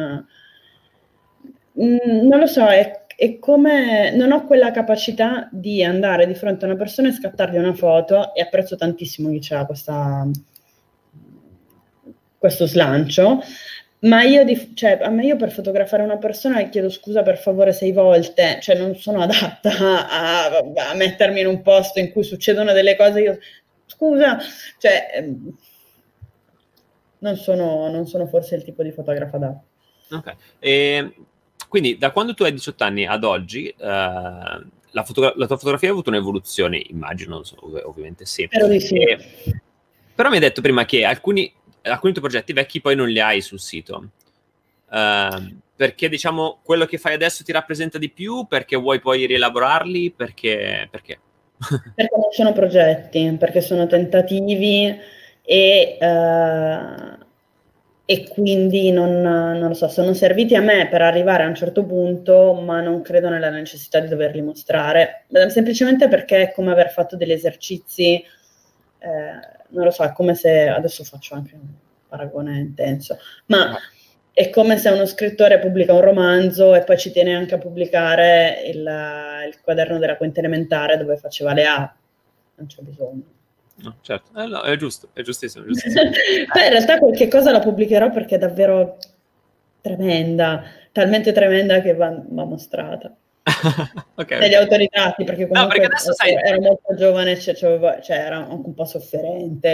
non lo so, è come non ho quella capacità di andare di fronte a una persona e scattargli una foto e apprezzo tantissimo chi c'ha questo slancio, ma cioè, a me io per fotografare una persona chiedo scusa per favore 6 volte, cioè non sono adatta a mettermi in un posto in cui succedono delle cose, io scusa, cioè non sono forse il tipo di fotografa adatto.
Ok. Quindi da quando tu hai 18 anni ad oggi, la tua fotografia ha avuto un'evoluzione, immagino, ovviamente sì.
Spero di sì.
Però mi hai detto prima che alcuni tuoi progetti vecchi poi non li hai sul sito. Perché diciamo quello che fai adesso ti rappresenta di più? Perché vuoi poi rielaborarli? Perché?
Perché non sono progetti, perché sono tentativi e quindi non lo so, sono serviti a me per arrivare a un certo punto, ma non credo nella necessità di doverli mostrare, semplicemente perché è come aver fatto degli esercizi, non lo so, è come se, adesso faccio anche un paragone intenso, ma è come se uno scrittore pubblica un romanzo e poi ci tiene anche a pubblicare il quaderno della quinta elementare dove faceva le A. Non c'è bisogno.
No, certo, no, è giusto, è giustissimo. giustissimo.
Beh, in realtà qualche cosa la pubblicherò perché è davvero tremenda, talmente tremenda che va mostrata.
Okay,
Degli
okay.
autoritratti, perché
No, perché
comunque
adesso sai,
ero molto giovane, cioè era anche un po' sofferente,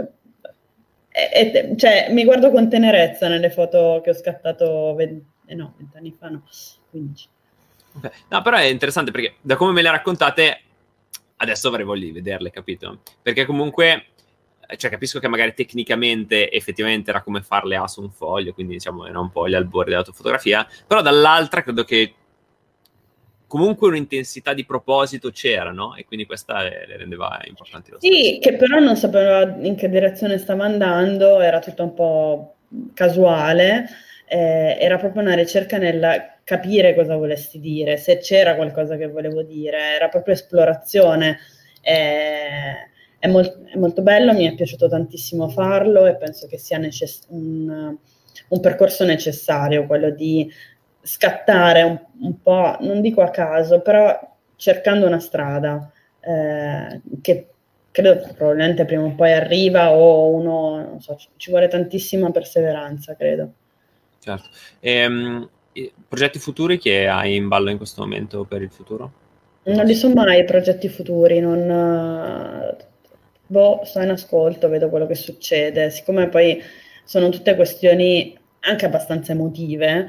cioè, mi guardo con tenerezza nelle foto che ho scattato 20 anni fa, no, 15.
okay. No, però è interessante perché da come me le raccontate adesso avrei voglia di vederle, capito? Perché comunque, cioè capisco che magari tecnicamente effettivamente era come farle A su un foglio, quindi diciamo era un po' gli albori della tua fotografia, però dall'altra credo che comunque un'intensità di proposito c'era, no? E quindi questa le rendeva importanti lo stesso.
Sì, che però non sapeva in che direzione stava andando, era tutto un po' casuale, era proprio una ricerca nel capire cosa volessi dire, se c'era qualcosa che volevo dire, era proprio esplorazione. è molto bello, mi è piaciuto tantissimo farlo e penso che sia un percorso necessario, quello di scattare un po', non dico a caso, però cercando una strada che credo probabilmente prima o poi arriva, o uno, non so, ci vuole tantissima perseveranza, credo.
Certo. Progetti futuri che hai in ballo in questo momento per il futuro?
Non li so mai i progetti futuri, sto in ascolto, vedo quello che succede, siccome poi sono tutte questioni anche abbastanza emotive,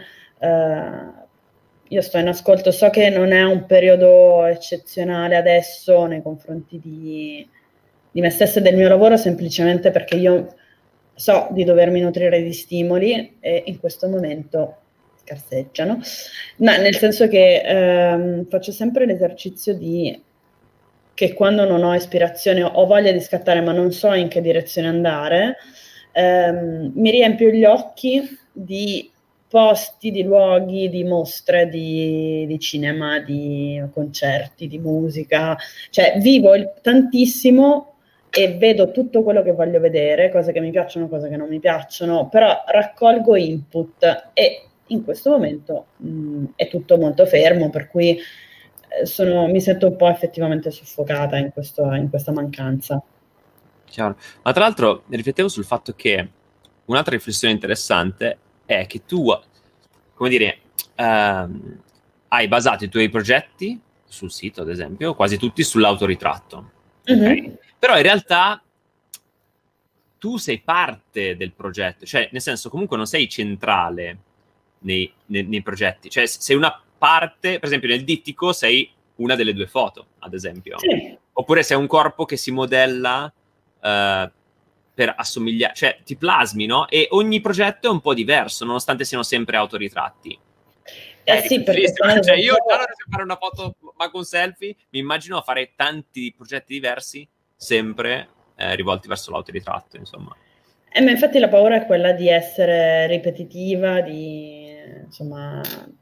io sto in ascolto, so che non è un periodo eccezionale adesso nei confronti di me stessa e del mio lavoro, semplicemente perché io so di dovermi nutrire di stimoli e in questo momento scarseggiano, ma nel senso che faccio sempre l'esercizio che quando non ho ispirazione ho voglia di scattare ma non so in che direzione andare, mi riempio gli occhi di posti, di luoghi, di mostre, di cinema, di concerti, di musica, cioè vivo tantissimo e vedo tutto quello che voglio vedere, cose che mi piacciono, cose che non mi piacciono, però raccolgo input e in questo momento è tutto molto fermo, per cui mi sento un po' effettivamente soffocata in questa mancanza.
Chiaro. Ma tra l'altro riflettevo sul fatto che un'altra riflessione interessante è che tu, come dire, hai basato i tuoi progetti sul sito, ad esempio, quasi tutti sull'autoritratto.
Mm-hmm.
Però in realtà tu sei parte del progetto, cioè nel senso comunque non sei centrale nei progetti, cioè sei una parte, per esempio nel dittico sei una delle 2 foto, ad esempio.
Sì.
Oppure sei un corpo che si modella per assomigliare, cioè ti plasmi, no? E ogni progetto è un po' diverso, nonostante siano sempre autoritratti.
Sì, perché
cioè io già non riesco a fare una foto ma con selfie, mi immagino a fare tanti progetti diversi, sempre rivolti verso l'autoritratto, insomma.
Ma infatti la paura è quella di essere ripetitiva, insomma,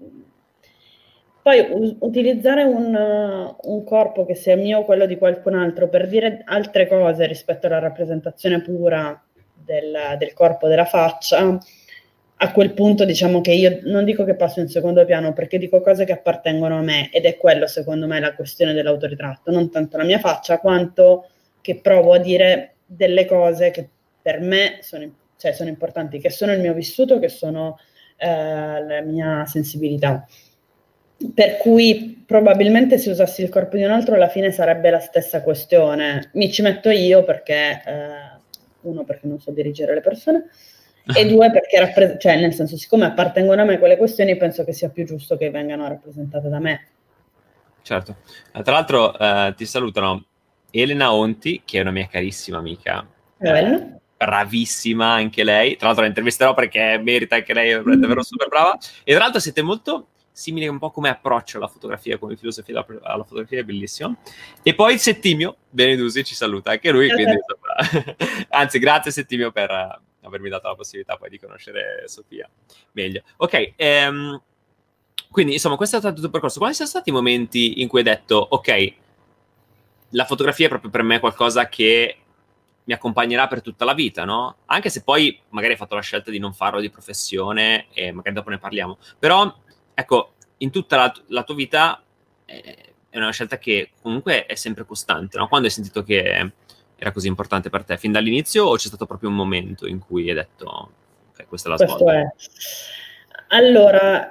poi utilizzare un corpo che sia mio o quello di qualcun altro per dire altre cose rispetto alla rappresentazione pura del corpo, della faccia, a quel punto diciamo che io non dico che passo in secondo piano, perché dico cose che appartengono a me, ed è quello secondo me la questione dell'autoritratto, non tanto la mia faccia quanto che provo a dire delle cose che per me sono importanti, che sono il mio vissuto, che sono la mia sensibilità. Per cui probabilmente se usassi il corpo di un altro alla fine sarebbe la stessa questione. Mi ci metto io perché, uno, perché non so dirigere le persone, e due, perché cioè nel senso, siccome appartengono a me quelle questioni, penso che sia più giusto che vengano rappresentate da me.
Certo. Tra l'altro ti salutano Elena Onti, che è una mia carissima amica, bravissima anche lei, tra l'altro la intervisterò perché merita anche lei, è davvero super brava, e tra l'altro siete molto simili un po' come approccio alla fotografia, come filosofia alla fotografia, è bellissimo. E poi Settimio Benedusi ci saluta, anche lui, quindi, anzi grazie Settimio per avermi dato la possibilità poi di conoscere Sofia meglio. Ok, quindi insomma questo è stato tutto il percorso. Quali sono stati i momenti in cui hai detto ok, la fotografia è proprio per me qualcosa che mi accompagnerà per tutta la vita, no? Anche se poi magari hai fatto la scelta di non farlo di professione e magari dopo ne parliamo, però ecco, in tutta la tua vita è una scelta che comunque è sempre costante, no? Quando hai sentito che era così importante per te? Fin dall'inizio o c'è stato proprio un momento in cui hai detto ok, questa è la svolta?
Questo è. Allora,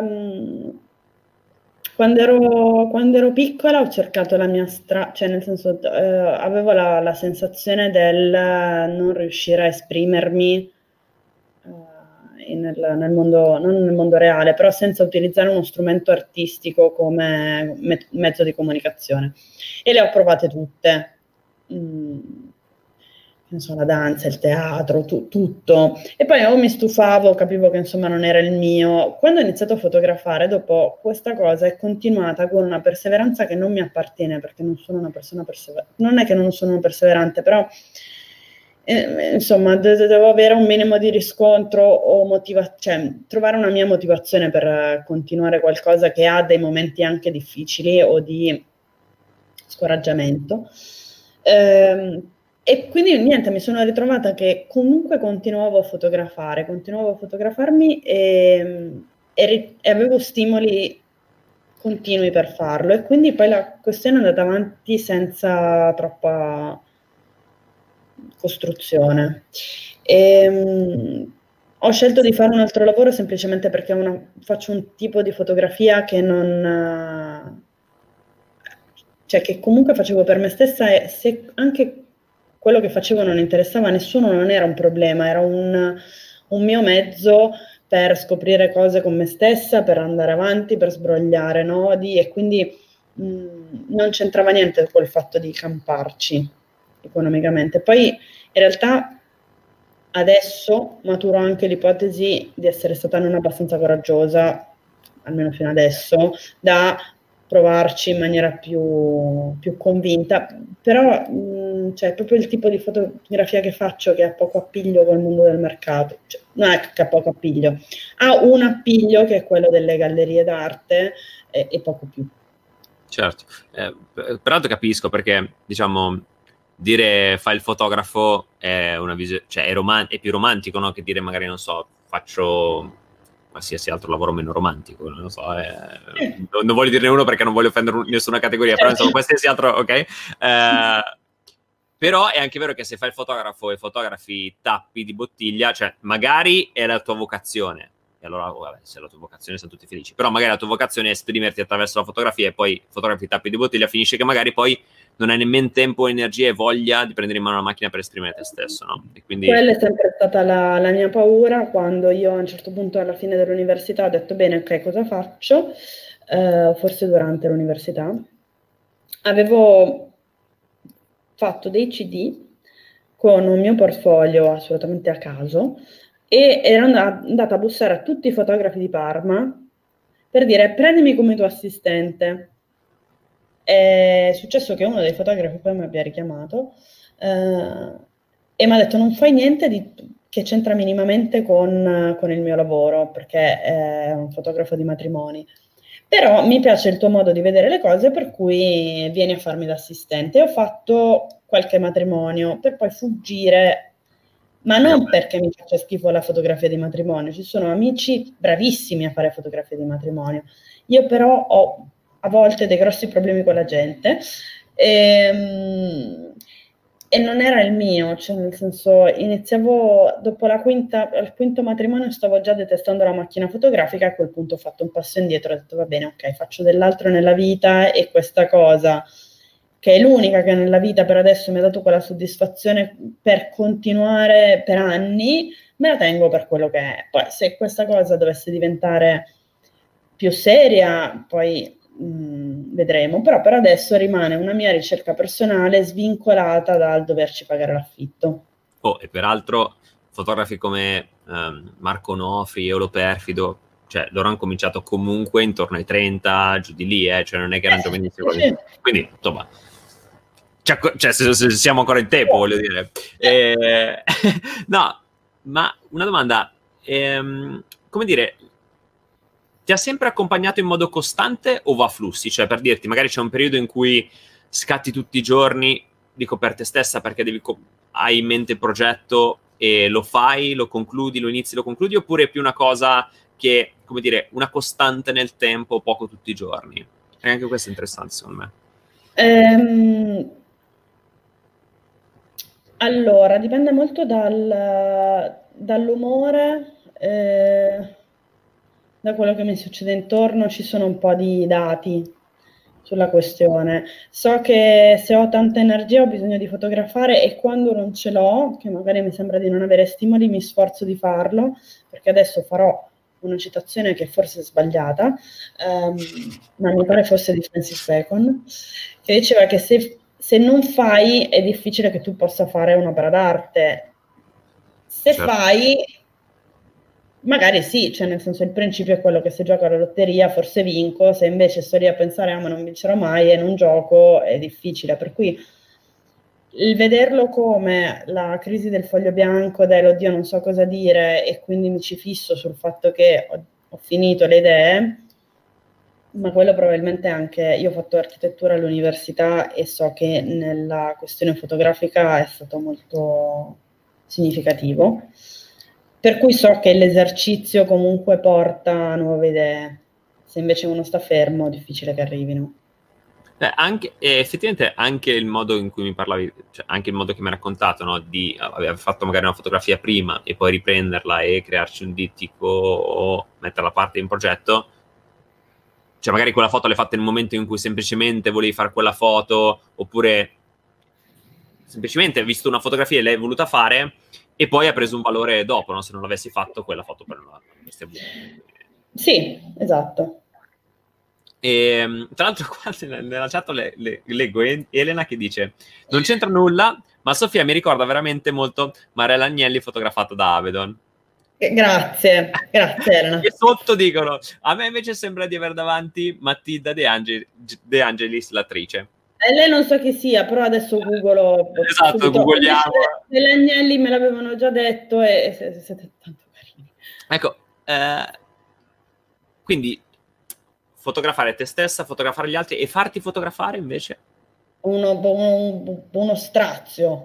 quando ero piccola ho cercato la mia strada, cioè nel senso avevo la sensazione del non riuscire a esprimermi nel mondo, non nel mondo reale, però senza utilizzare uno strumento artistico come mezzo di comunicazione. E le ho provate tutte. Non so, la danza, il teatro, tutto. E poi o mi stufavo, capivo che insomma non era il mio. Quando ho iniziato a fotografare, dopo questa cosa è continuata con una perseveranza che non mi appartiene, perché non sono una persona perseverante. Non è che non sono perseverante, però insomma devo avere un minimo di riscontro o cioè trovare una mia motivazione per continuare qualcosa che ha dei momenti anche difficili o di scoraggiamento. E quindi niente, mi sono ritrovata che comunque continuavo a fotografarmi e avevo stimoli continui per farlo, e quindi poi la questione è andata avanti senza troppa costruzione. Ho scelto di fare un altro lavoro semplicemente perché faccio un tipo di fotografia che non... cioè che comunque facevo per me stessa, e se anche quello che facevo non interessava a nessuno non era un problema, era un mio mezzo per scoprire cose con me stessa, per andare avanti, per sbrogliare nodi, e quindi non c'entrava niente col fatto di camparci economicamente. Poi in realtà adesso maturo anche l'ipotesi di essere stata non abbastanza coraggiosa, almeno fino adesso, da provarci in maniera più convinta, però cioè, proprio il tipo di fotografia che faccio, che ha poco appiglio col mondo del mercato, cioè, non è che ha poco appiglio, ha un appiglio che è quello delle gallerie d'arte e poco più.
Certo, peraltro capisco perché, diciamo, dire fai il fotografo è una visione, cioè è più romantico, no? Che dire magari, non so, faccio qualsiasi altro lavoro meno romantico, non lo so, non voglio dirne uno perché non voglio offendere nessuna categoria, però insomma qualsiasi altro, ok? Però è anche vero che se fai il fotografo e fotografi tappi di bottiglia, cioè magari è la tua vocazione, e allora vabbè, se è la tua vocazione siamo tutti felici, però magari la tua vocazione è esprimerti attraverso la fotografia e poi fotografi tappi di bottiglia, finisce che magari poi non hai nemmeno tempo, energia e voglia di prendere in mano la macchina per esprimere te stesso, no? E quindi...
Quella è sempre stata la mia paura, quando io a un certo punto alla fine dell'università ho detto bene, ok, cosa faccio? Forse durante l'università avevo fatto dei CD con un mio portfolio assolutamente a caso, e ero andata a bussare a tutti i fotografi di Parma per dire prendimi come tuo assistente. È successo che uno dei fotografi poi mi abbia richiamato e mi ha detto non fai niente che c'entra minimamente con il mio lavoro, perché è un fotografo di matrimoni, però mi piace il tuo modo di vedere le cose, per cui vieni a farmi l'assistente. E ho fatto qualche matrimonio per poi fuggire, ma non perché mi faccia schifo la fotografia di matrimonio, ci sono amici bravissimi a fare fotografie di matrimonio, io però ho a volte dei grossi problemi con la gente e non era il mio, cioè nel senso iniziavo dopo al quinto matrimonio stavo già detestando la macchina fotografica, a quel punto ho fatto un passo indietro, ho detto va bene, ok, faccio dell'altro nella vita, e questa cosa che è l'unica che nella vita per adesso mi ha dato quella soddisfazione per continuare per anni, me la tengo per quello che è. Poi se questa cosa dovesse diventare più seria, poi vedremo, però per adesso rimane una mia ricerca personale svincolata dal doverci pagare l'affitto.
Oh, e peraltro fotografi come Marco Onofri, Eolo Perfido, cioè loro hanno cominciato comunque intorno ai 30, giù di lì, cioè non è che erano giovanissimi. Sì. Quindi, insomma, cioè se siamo ancora in tempo, voglio dire. No, ma una domanda, come dire, ti ha sempre accompagnato in modo costante o va a flussi? Cioè, per dirti, magari c'è un periodo in cui scatti tutti i giorni, dico per te stessa, perché hai in mente il progetto e lo fai, lo concludi, lo inizi, lo concludi, oppure è più una cosa che, come dire, una costante nel tempo, poco tutti i giorni? E anche questo è interessante, secondo me.
Allora, dipende molto dall'umore, da quello che mi succede intorno. Ci sono un po' di dati sulla questione. So che se ho tanta energia ho bisogno di fotografare, e quando non ce l'ho, che magari mi sembra di non avere stimoli, mi sforzo di farlo, perché adesso farò una citazione che forse è sbagliata, ma mi pare fosse di Francis Bacon, che diceva che se non fai è difficile che tu possa fare un'opera d'arte. Se fai, magari sì, cioè nel senso il principio è quello che se gioco alla lotteria forse vinco, se invece sto lì a pensare ma non vincerò mai e non gioco è difficile, per cui il vederlo come la crisi del foglio bianco, oddio non so cosa dire, e quindi mi ci fisso sul fatto che ho finito le idee, Ma quello probabilmente anche, io ho fatto architettura all'università e so che nella questione fotografica è stato molto significativo, per cui so che l'esercizio comunque porta a nuove idee. Se invece uno sta fermo è difficile che arrivino.
Effettivamente anche il modo in cui mi parlavi, cioè anche il modo che mi hai raccontato, no, di aver fatto magari una fotografia prima e poi riprenderla e crearci un dittico o metterla a parte in progetto, cioè magari quella foto l'hai fatta nel momento in cui semplicemente volevi fare quella foto, oppure semplicemente hai visto una fotografia e l'hai voluta fare e poi ha preso un valore dopo, no? Se non l'avessi fatto quella foto per non l'avresti avuta.
Sì, esatto.
E, tra l'altro qua nella chat leggo Elena che dice: non c'entra nulla, ma Sofia mi ricorda veramente molto Mariella Agnelli fotografata da Avedon.
Grazie Elena.
E sotto dicono: a me invece sembra di aver davanti Matilda De Angelis, l'attrice.
E lei non so chi sia, però adesso googolo.
Esatto, googliamo.
Degli Agnelli me l'avevano già detto e siete tanto carini.
Ecco, quindi fotografare te stessa, fotografare gli altri e farti fotografare invece?
Uno strazio.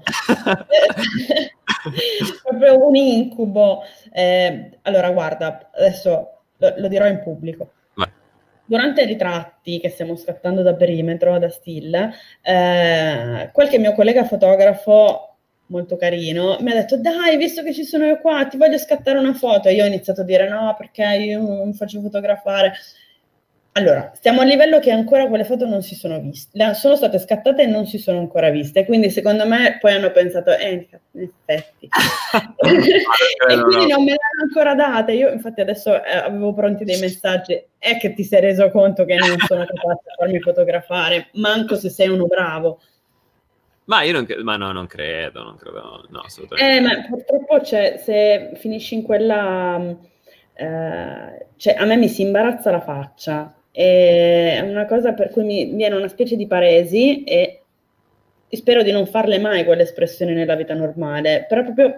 Proprio un incubo. Allora, guarda, adesso lo dirò in pubblico.
Vai.
Durante i ritratti che stiamo scattando da perimetro, da still, qualche mio collega fotografo molto carino mi ha detto: dai, visto che ci sono io qua, ti voglio scattare una foto. E io ho iniziato a dire: no, perché io non faccio fotografare. Allora, stiamo a livello che ancora quelle foto non si sono viste, sono state scattate e non si sono ancora viste, quindi secondo me poi hanno pensato, in effetti. E quindi non me l'hanno ancora data. Io infatti adesso avevo pronti dei messaggi, è che ti sei reso conto che non sono capace a farmi fotografare, manco se sei uno bravo.
Ma io non credo, no, assolutamente.
Ma purtroppo se finisci in quella... cioè, a me mi si imbarazza la faccia. È una cosa per cui mi viene una specie di paresi e spero di non farle mai quelle espressioni nella vita normale, però proprio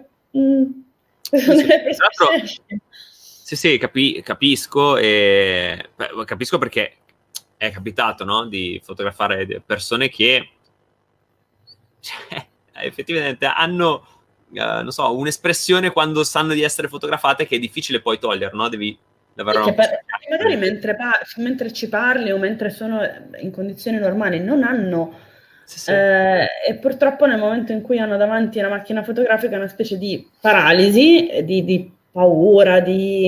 sì, capisco capisco perché è capitato, no, di fotografare persone che effettivamente hanno non so, un'espressione quando sanno di essere fotografate che è difficile poi togliere, no? Devi
magari mentre ci parli o mentre sono in condizioni normali non hanno e purtroppo nel momento in cui hanno davanti una macchina fotografica è una specie di paralisi, di paura,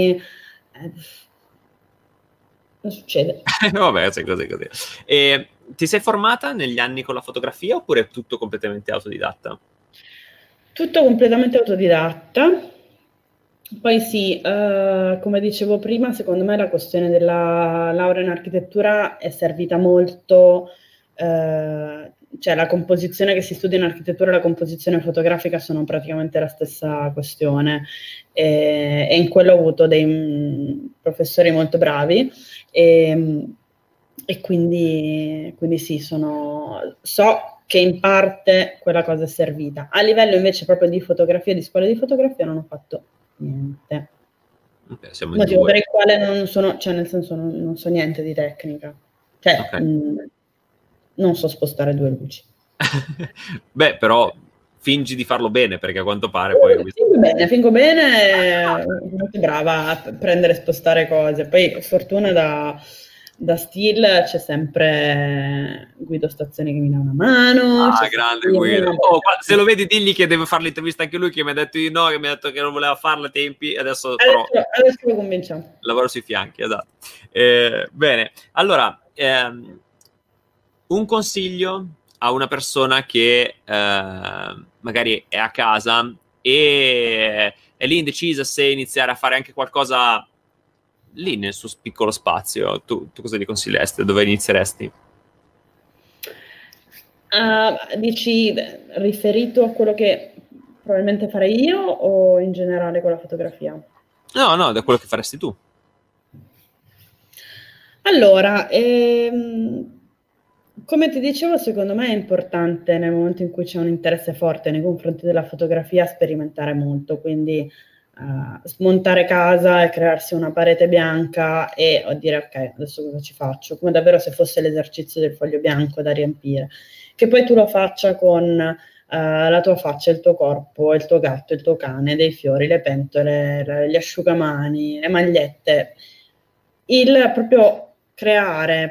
non succede.
Vabbè, sei così. E ti sei formata negli anni con la fotografia oppure è tutto completamente autodidatta?
Tutto completamente autodidatta. Poi sì, come dicevo prima, secondo me la questione della laurea in architettura è servita molto, cioè la composizione che si studia in architettura e la composizione fotografica sono praticamente la stessa questione e in quello ho avuto dei professori molto bravi e quindi sì, so che in parte quella cosa è servita. A livello invece proprio di fotografia, di scuola di fotografia non ho fatto niente.
Okay, siamo in
Motivo
due.
per il quale non sono, cioè nel senso non so niente di tecnica. Cioè,
Okay.
non so spostare due luci.
Beh, però fingi di farlo bene, perché a quanto pare poi...
Fingo bene, molto brava a prendere e spostare cose. Poi fortuna da Still c'è sempre Guido Stazioni che mi dà una mano.
Grande Guido. Se lo vedi digli che deve fare l'intervista anche lui, che mi ha detto di no, che mi ha detto che non voleva farla a tempi, adesso
lo convinciamo.
Lavoro sui fianchi, esatto. Bene, allora, un consiglio a una persona che magari è a casa e è lì indecisa se iniziare a fare anche qualcosa lì nel suo piccolo spazio. Tu cosa gli consiglieresti? Dove inizieresti?
Dici riferito a quello che probabilmente farei io o in generale con la fotografia?
No, da quello che faresti tu.
Allora, come ti dicevo, secondo me è importante nel momento in cui c'è un interesse forte nei confronti della fotografia sperimentare molto, quindi smontare casa e crearsi una parete bianca e dire ok, adesso cosa ci faccio? Come davvero se fosse l'esercizio del foglio bianco da riempire. Che poi tu lo faccia con la tua faccia, il tuo corpo, il tuo gatto, il tuo cane, dei fiori, le pentole, gli asciugamani, le magliette. Il proprio creare,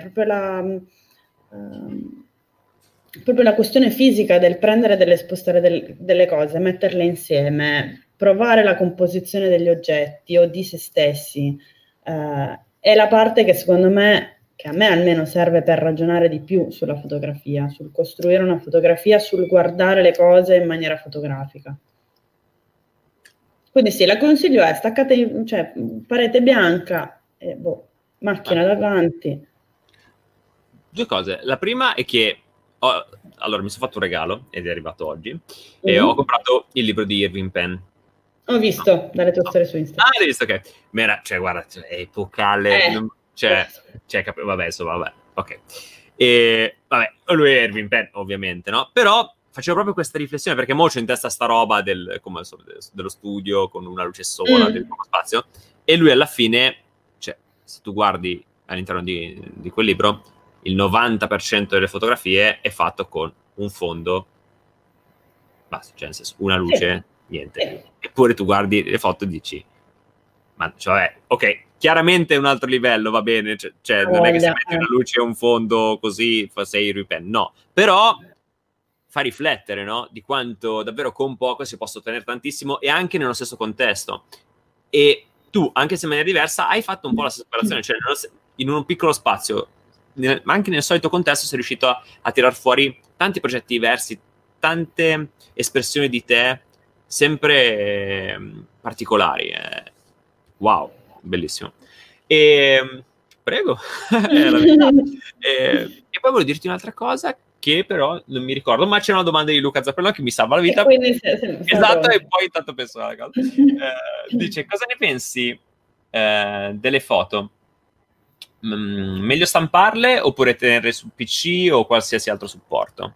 proprio la questione fisica del prendere e spostare delle cose, metterle insieme, provare la composizione degli oggetti o di se stessi, è la parte che secondo me, che a me almeno serve per ragionare di più sulla fotografia, sul costruire una fotografia, sul guardare le cose in maniera fotografica. Quindi sì, la consiglio è staccate, cioè parete bianca, macchina davanti.
Due cose. La prima è che allora mi sono fatto un regalo ed è arrivato oggi e ho comprato il libro di Irving Penn.
Ho visto dalle tue storie su Instagram.
Hai visto che cioè guarda, è epocale, vabbè, insomma, vabbè, ok. E vabbè, lui è Irving Penn, ovviamente, no? Però facevo proprio questa riflessione perché mo c'ho in testa sta roba dello studio con una luce sola, del poco spazio, e lui alla fine, cioè, se tu guardi all'interno di quel libro, il 90% delle fotografie è fatto con un fondo, basta, cioè nel senso, una luce, niente. Eppure tu guardi le foto e dici, ma cioè, ok, chiaramente è un altro livello, va bene, cioè non è che se metti una luce e un fondo così sei Rupen, no, però fa riflettere, no, di quanto davvero con poco si possa ottenere tantissimo e anche nello stesso contesto. E tu, anche se in maniera diversa, hai fatto un po' la stessa operazione, cioè in un piccolo spazio, ma anche nel solito contesto sei riuscito a tirar fuori tanti progetti diversi, tante espressioni di te sempre particolari. Wow, bellissimo. Prego. E poi volevo dirti un'altra cosa che però non mi ricordo, ma c'è una domanda di Luca Zappellon che mi salva la vita. Esatto, e poi intanto penso alla cosa. Dice, cosa ne pensi delle foto? Meglio stamparle oppure tenerle su PC o qualsiasi altro supporto?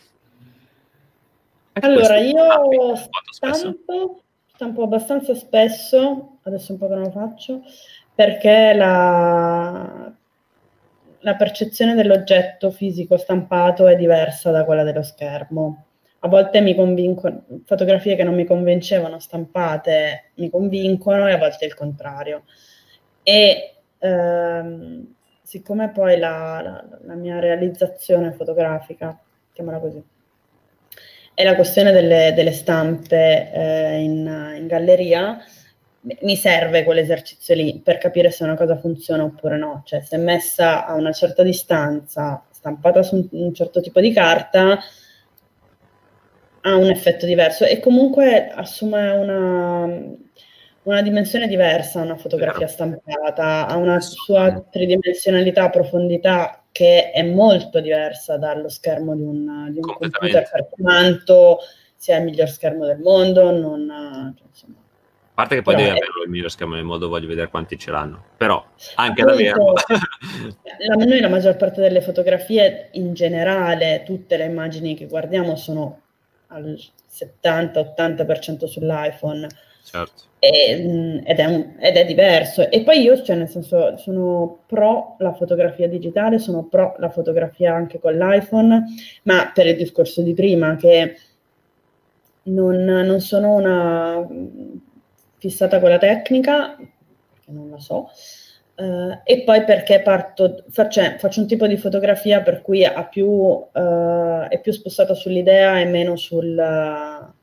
Allora, io stampo abbastanza spesso, adesso un po' che non lo faccio, perché la percezione dell'oggetto fisico stampato è diversa da quella dello schermo. A volte mi convincono, fotografie che non mi convincevano stampate mi convincono e a volte il contrario. E siccome poi la mia realizzazione fotografica, chiamiamola così, è la questione delle stampe in galleria, mi serve quell'esercizio lì per capire se una cosa funziona oppure no, cioè se è messa a una certa distanza, stampata su un certo tipo di carta, ha un effetto diverso e comunque assume una dimensione diversa, una fotografia stampata, ha una sua tridimensionalità, profondità che è molto diversa dallo schermo di un computer, per quanto sia il miglior schermo del mondo, insomma.
A parte che poi deve averlo il miglior schermo del mondo, voglio vedere quanti ce l'hanno, però anche davvero.
Noi la maggior parte delle fotografie in generale, tutte le immagini che guardiamo sono al 70-80% sull'iPhone.
Certo.
Ed è diverso. E poi io, cioè, nel senso, sono pro la fotografia digitale, sono pro la fotografia anche con l'iPhone, ma per il discorso di prima, che non sono una fissata con la tecnica, perché non la so, e poi perché faccio un tipo di fotografia per cui è più spostata sull'idea e meno sulla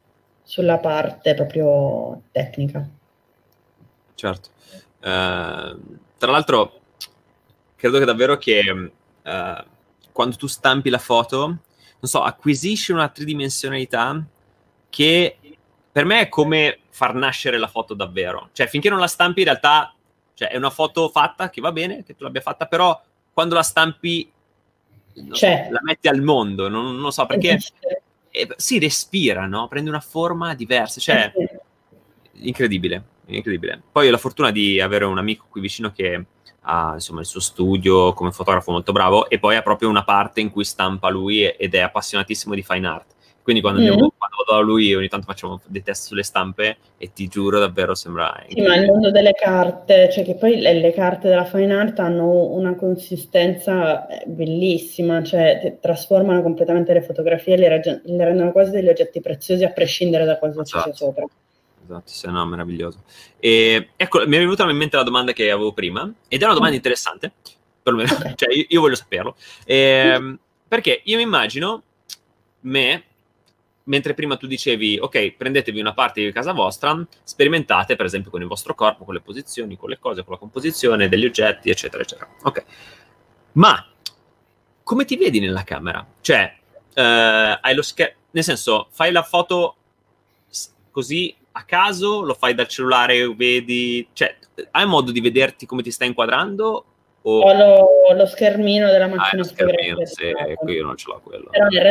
parte proprio
Certo. Tra l'altro, credo che davvero che quando tu stampi la foto, non so, acquisisci una tridimensionalità che per me è come far nascere la foto davvero. Cioè, finché non la stampi, in realtà, cioè, è una foto fatta, che va bene, che tu l'abbia fatta, però quando la stampi, la metti al mondo, non lo so, perché si respira, no? Prende una forma diversa, cioè, incredibile. Poi ho la fortuna di avere un amico qui vicino che ha, insomma, il suo studio come fotografo molto bravo, e poi ha proprio una parte in cui stampa lui ed è appassionatissimo di fine art. Quindi quando vado da lui ogni tanto facciamo dei test sulle stampe e ti giuro davvero sembra...
Sì, ma il mondo delle carte, cioè che poi le carte della fine art hanno una consistenza bellissima, cioè trasformano completamente le fotografie e le rendono quasi degli oggetti preziosi a prescindere da cosa ci sia sopra.
Esatto, sì, no, meraviglioso. E, ecco, mi è venuta in mente la domanda che avevo prima, ed è una domanda interessante, perlomeno, cioè io voglio saperlo, perché io mi immagino me, mentre prima tu dicevi, ok, prendetevi una parte di casa vostra, sperimentate per esempio con il vostro corpo, con le posizioni, con le cose, con la composizione degli oggetti, eccetera, eccetera. Ok, ma come ti vedi nella camera? Cioè, hai lo schermo, nel senso, fai la foto così a caso, lo fai dal cellulare, vedi, cioè, hai modo di vederti come ti stai inquadrando?
Ho lo schermino della macchina fotografica.
Sì, ecco, io non ce l'ho quello.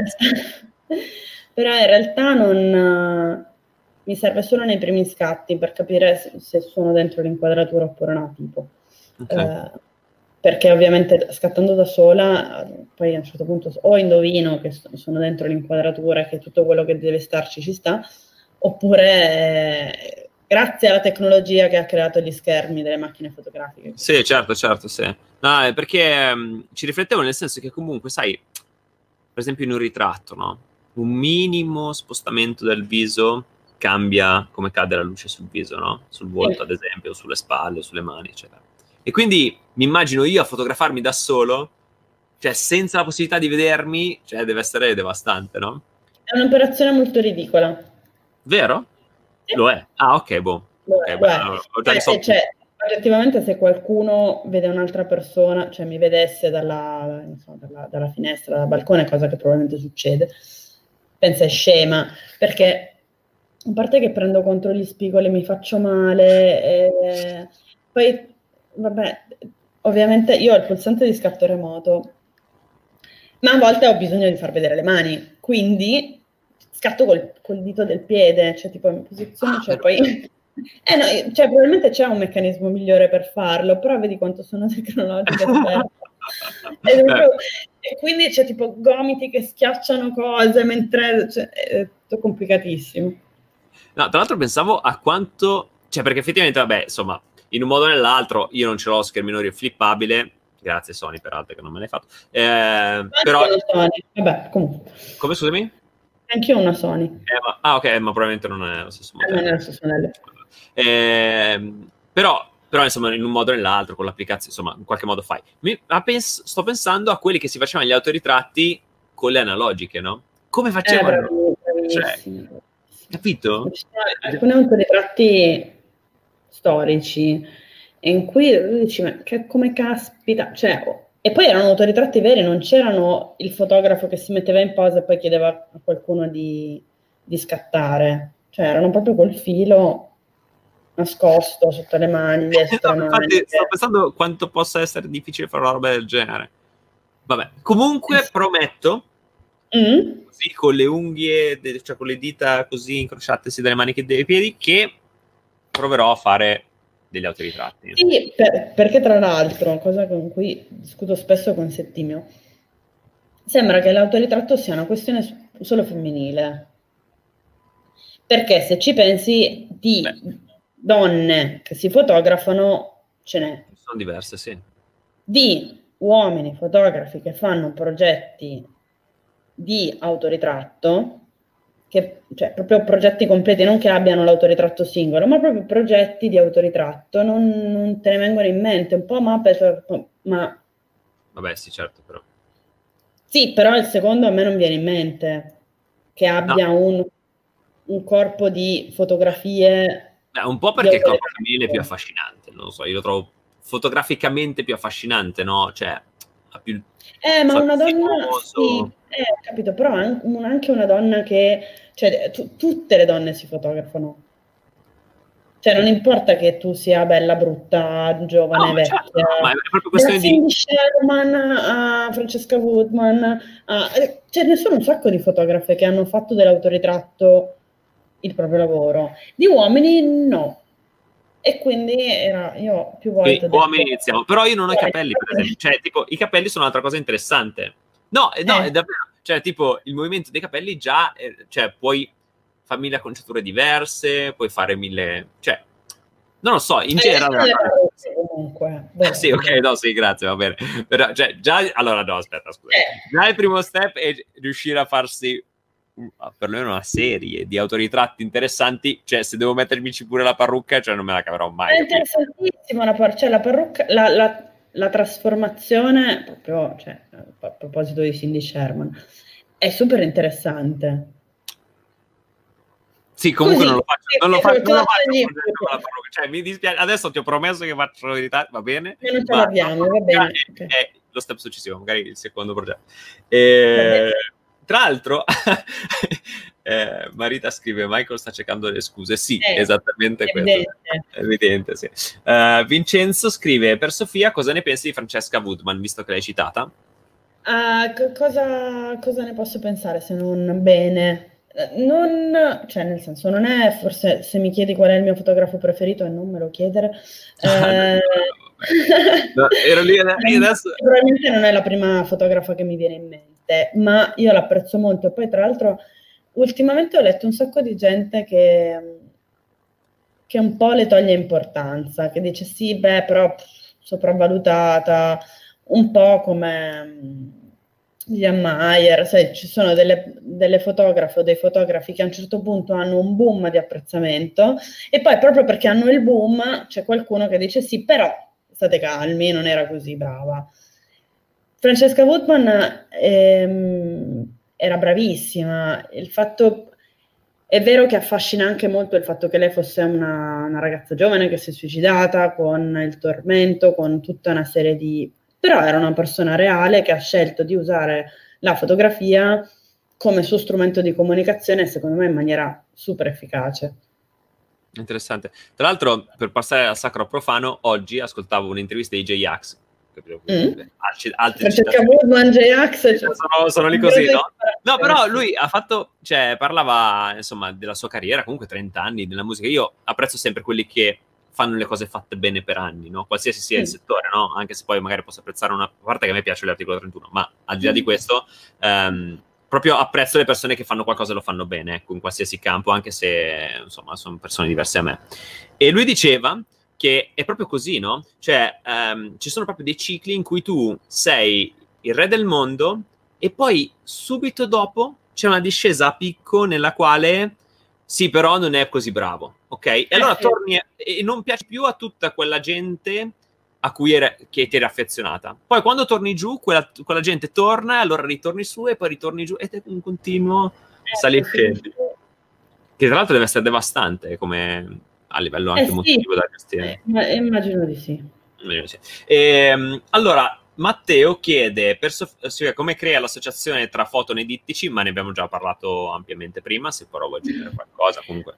Però in realtà non mi serve solo nei primi scatti per capire se sono dentro l'inquadratura oppure no, tipo. Okay. Perché ovviamente scattando da sola, poi a un certo punto o indovino che sono dentro l'inquadratura e che tutto quello che deve starci ci sta, oppure grazie alla tecnologia che ha creato gli schermi delle macchine fotografiche.
Sì, certo, sì. No, perché ci riflettevo nel senso che comunque, sai, per esempio in un ritratto, no? Un minimo spostamento del viso cambia come cade la luce sul viso, no? Sul volto, ad esempio, sulle spalle, sulle mani, eccetera. E quindi mi immagino io a fotografarmi da solo, cioè senza la possibilità di vedermi, cioè deve essere devastante, no?
È un'operazione molto ridicola.
Vero? Sì. Lo è? Ah, ok, boh.
Lo è. Oggettivamente se qualcuno vede un'altra persona, cioè mi vedesse dalla finestra, dal balcone, cosa che probabilmente succede, pensa è scema, perché a parte che prendo contro gli spigoli, mi faccio male, poi vabbè, ovviamente io ho il pulsante di scatto remoto, ma a volte ho bisogno di far vedere le mani, quindi scatto col dito del piede, cioè tipo in posizione, cioè poi... no, cioè probabilmente c'è un meccanismo migliore per farlo, però vedi quanto sono tecnologica e quindi c'è tipo gomiti che schiacciano cose mentre è tutto complicatissimo.
No, tra l'altro pensavo a quanto, cioè perché effettivamente vabbè, insomma, in un modo o nell'altro io non ce l'ho schermino flippabile, grazie Sony peraltro che non me l'hai fatto, però
Sony. Vabbè, comunque.
Come, scusami?
Anch'io ho una Sony.
Ok, ma probabilmente non è lo stesso modello.
Non è lo stesso modello.
Però insomma in un modo o nell'altro con l'applicazione insomma in qualche modo fai. Sto pensando a quelli che si facevano gli autoritratti con le analogiche, no? Come facevano? Capito?
Alcuni autoritratti storici in cui dici ma che come caspita, cioè, e poi erano autoritratti veri, non c'erano il fotografo che si metteva in posa e poi chiedeva a qualcuno di scattare, cioè erano proprio col filo nascosto sotto le maglie.
No, infatti sto pensando quanto possa essere difficile fare una roba del genere. Vabbè, comunque prometto così con le unghie, cioè con le dita così incrociate sia dalle mani che dai piedi, che proverò a fare degli autoritratti.
Sì, perché tra l'altro, cosa con cui discuto spesso con Settimio, sembra che l'autoritratto sia una questione solo femminile. Perché se ci pensi di donne che si fotografano ce n'è.
Sono diverse, sì.
Di uomini fotografi che fanno progetti di autoritratto, che, cioè proprio progetti completi, non che abbiano l'autoritratto singolo, ma proprio progetti di autoritratto, non te ne vengono in mente, un po' ma...
Vabbè, sì, certo, però.
Sì, però il secondo a me non viene in mente, che abbia un corpo di fotografie...
un po' perché il corpo femminile è più affascinante, non lo so, io lo trovo fotograficamente più affascinante, no? Cioè, ha più...
ma una donna... Sì, capito, però anche una donna che... Cioè, tutte le donne si fotografano. Cioè, non importa che tu sia bella, brutta, giovane, vecchia.
Certo, ma è proprio questione di...
Sherman a Francesca Woodman, cioè, ne sono un sacco di fotografe che hanno fatto dell'autoritratto il proprio lavoro. Di uomini no. E quindi io più volte...
uomini iniziamo, però io non ho i capelli, per esempio. Cioè, tipo, i capelli sono un'altra cosa interessante. No, è davvero... Cioè, tipo, il movimento dei capelli già, cioè, puoi fare 1000 acconciature diverse, puoi fare 1000... Cioè, non lo so, in generale...
Comunque,
Sì, ok, no, sì, grazie, va bene. Però, cioè, già... Allora, no, aspetta, scusa. Già il primo step è riuscire a farsi perlomeno una serie di autoritratti interessanti. Cioè, se devo mettermici pure la parrucca, cioè non me la caverò mai.
È interessantissimo la parrucca, la trasformazione, proprio, cioè, a proposito di Cindy Sherman, è super interessante.
Sì, comunque così, non lo faccio con la parrucca. Cioè, mi dispiace, adesso ti ho promesso che faccio la verità, va bene?
E non ce l'abbiamo, va bene.
È lo step successivo, magari il secondo progetto. Tra l'altro, Marita scrive: Michael sta cercando le scuse. Sì, esattamente questo. Evidente, sì. Vincenzo scrive: per Sofia, cosa ne pensi di Francesca Woodman, visto che l'hai citata?
Cosa ne posso pensare se non bene? Cioè, nel senso, non è, forse se mi chiedi qual è il mio fotografo preferito, e non me lo chiedere,
no, ero lì adesso.
Probabilmente non è la prima fotografa che mi viene in mente, ma io l'apprezzo molto. E poi, tra l'altro, ultimamente ho letto un sacco di gente che un po' le toglie importanza, che dice sì, beh, però sopravvalutata, un po' come Jan Mayer, sai, ci sono delle fotografe o dei fotografi che a un certo punto hanno un boom di apprezzamento e poi proprio perché hanno il boom c'è qualcuno che dice sì, però state calmi, non era così brava. Francesca Woodman era bravissima, è vero che affascina anche molto il fatto che lei fosse una ragazza giovane che si è suicidata con il tormento, con tutta una serie di... Però era una persona reale che ha scelto di usare la fotografia come suo strumento di comunicazione, secondo me in maniera super efficace.
Interessante. Tra l'altro, per passare al sacro profano, oggi ascoltavo un'intervista di J-Ax.
Francesca Woodman, J-Ax
sono lì così, no? No, però lui ha fatto, cioè, parlava, insomma, della sua carriera, comunque 30 anni della musica. Io apprezzo sempre quelli che fanno le cose fatte bene per anni, no? Qualsiasi sia il settore, no? Anche se poi magari posso apprezzare una parte che a me piace l'articolo 31, ma al di là di questo, proprio apprezzo le persone che fanno qualcosa e lo fanno bene, ecco, in qualsiasi campo, anche se, insomma, sono persone diverse a me. E lui diceva che è proprio così, no? Cioè, ci sono proprio dei cicli in cui tu sei il re del mondo e poi subito dopo c'è una discesa a picco nella quale sì, però non è così bravo, ok? E allora torni e non piace più a tutta quella gente a cui che ti eri affezionata. Poi quando torni giù, quella gente torna, allora ritorni su e poi ritorni giù ed è un continuo sali-scendi. Che tra l'altro deve essere devastante come a livello anche emotivo da gestire.
Immagino di sì.
Allora, Matteo chiede per Sofia come crea l'associazione tra fotonedittici, ma ne abbiamo già parlato ampiamente prima, se però vuoi aggiungere qualcosa comunque.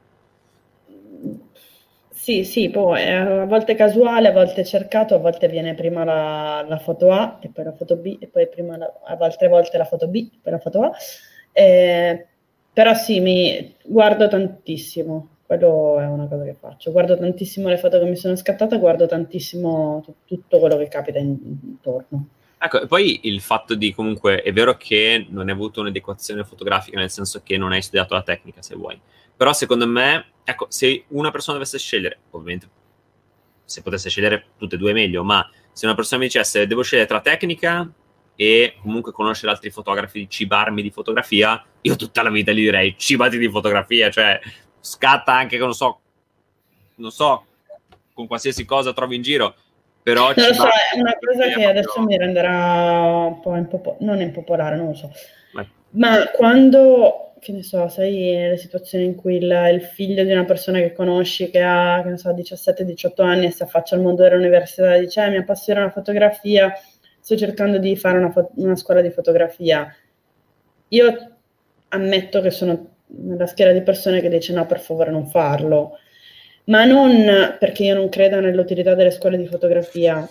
Sì, poi a volte casuale, a volte cercato, a volte viene prima la foto A e poi la foto B e poi prima altre volte la foto B e poi la foto A. Però sì, mi guardo tantissimo, quello è una cosa che faccio. Guardo tantissimo le foto che mi sono scattata, guardo tantissimo tutto quello che capita intorno.
Ecco, e poi il fatto di comunque, è vero che non hai avuto un'adequazione fotografica, nel senso che non hai studiato la tecnica, se vuoi. Però secondo me, ecco, se una persona dovesse scegliere, ovviamente, se potesse scegliere tutte e due meglio, ma se una persona mi dicesse devo scegliere tra tecnica e comunque conoscere altri fotografi, cibarmi di fotografia, io tutta la vita gli direi cibati di fotografia, cioè scatta anche, non so, con qualsiasi cosa trovi in giro, però
non lo so, è una cosa che adesso mi renderà un po' non impopolare, non lo so. Ma quando, che ne so, sai, le situazioni in cui il figlio di una persona che conosci che ha, che ne so, 17-18 anni e si affaccia al mondo dell'università e dice mi appassiona la fotografia, sto cercando di fare una scuola di fotografia. Io ammetto che sono nella schiera di persone che dice no, per favore non farlo, ma non perché io non creda nell'utilità delle scuole di fotografia,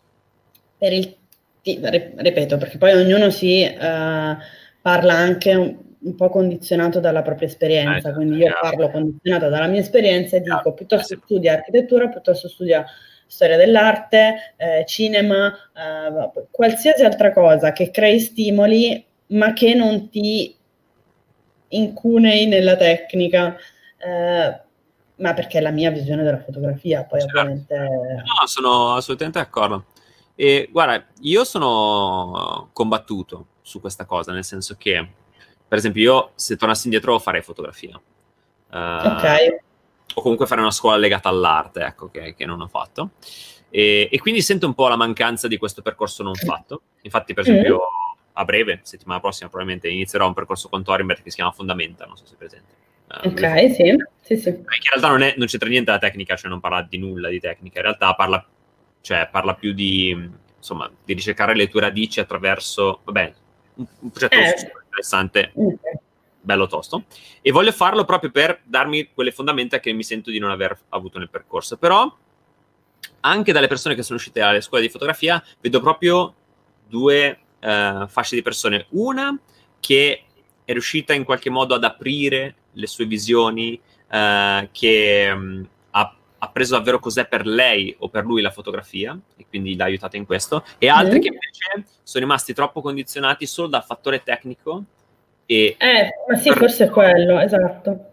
ripeto, perché poi ognuno parla anche un po' condizionato dalla propria esperienza, quindi io parlo condizionata dalla mia esperienza e dico piuttosto studia architettura, piuttosto studia storia dell'arte, cinema, qualsiasi altra cosa che crei stimoli, ma che non ti incunei nella tecnica, ma perché è la mia visione della fotografia, poi
certo.
Ovviamente...
No, sono assolutamente d'accordo. E guarda, io sono combattuto su questa cosa, nel senso che, per esempio, io se tornassi indietro farei fotografia.
Ok.
O comunque fare una scuola legata all'arte, ecco, che non ho fatto. E quindi sento un po' la mancanza di questo percorso non fatto. Infatti, per esempio, a breve, settimana prossima, probabilmente inizierò un percorso con Thorinberg che si chiama Fondamenta, non so se è presente.
Ok, sì. Che
in realtà non c'entra niente la tecnica, cioè non parla di nulla di tecnica, in realtà parla più di, insomma, di ricercare le tue radici attraverso, vabbè, un progetto super interessante, bello tosto, e voglio farlo proprio per darmi quelle fondamenta che mi sento di non aver avuto nel percorso. Però anche dalle persone che sono uscite dalle scuole di fotografia vedo proprio due fasce di persone. Una che è riuscita in qualche modo ad aprire le sue visioni, che ha preso davvero cos'è per lei o per lui la fotografia e quindi l'ha aiutata in questo, e altri che invece sono rimasti troppo condizionati solo dal fattore tecnico.
Ma sì, forse è quello, esatto.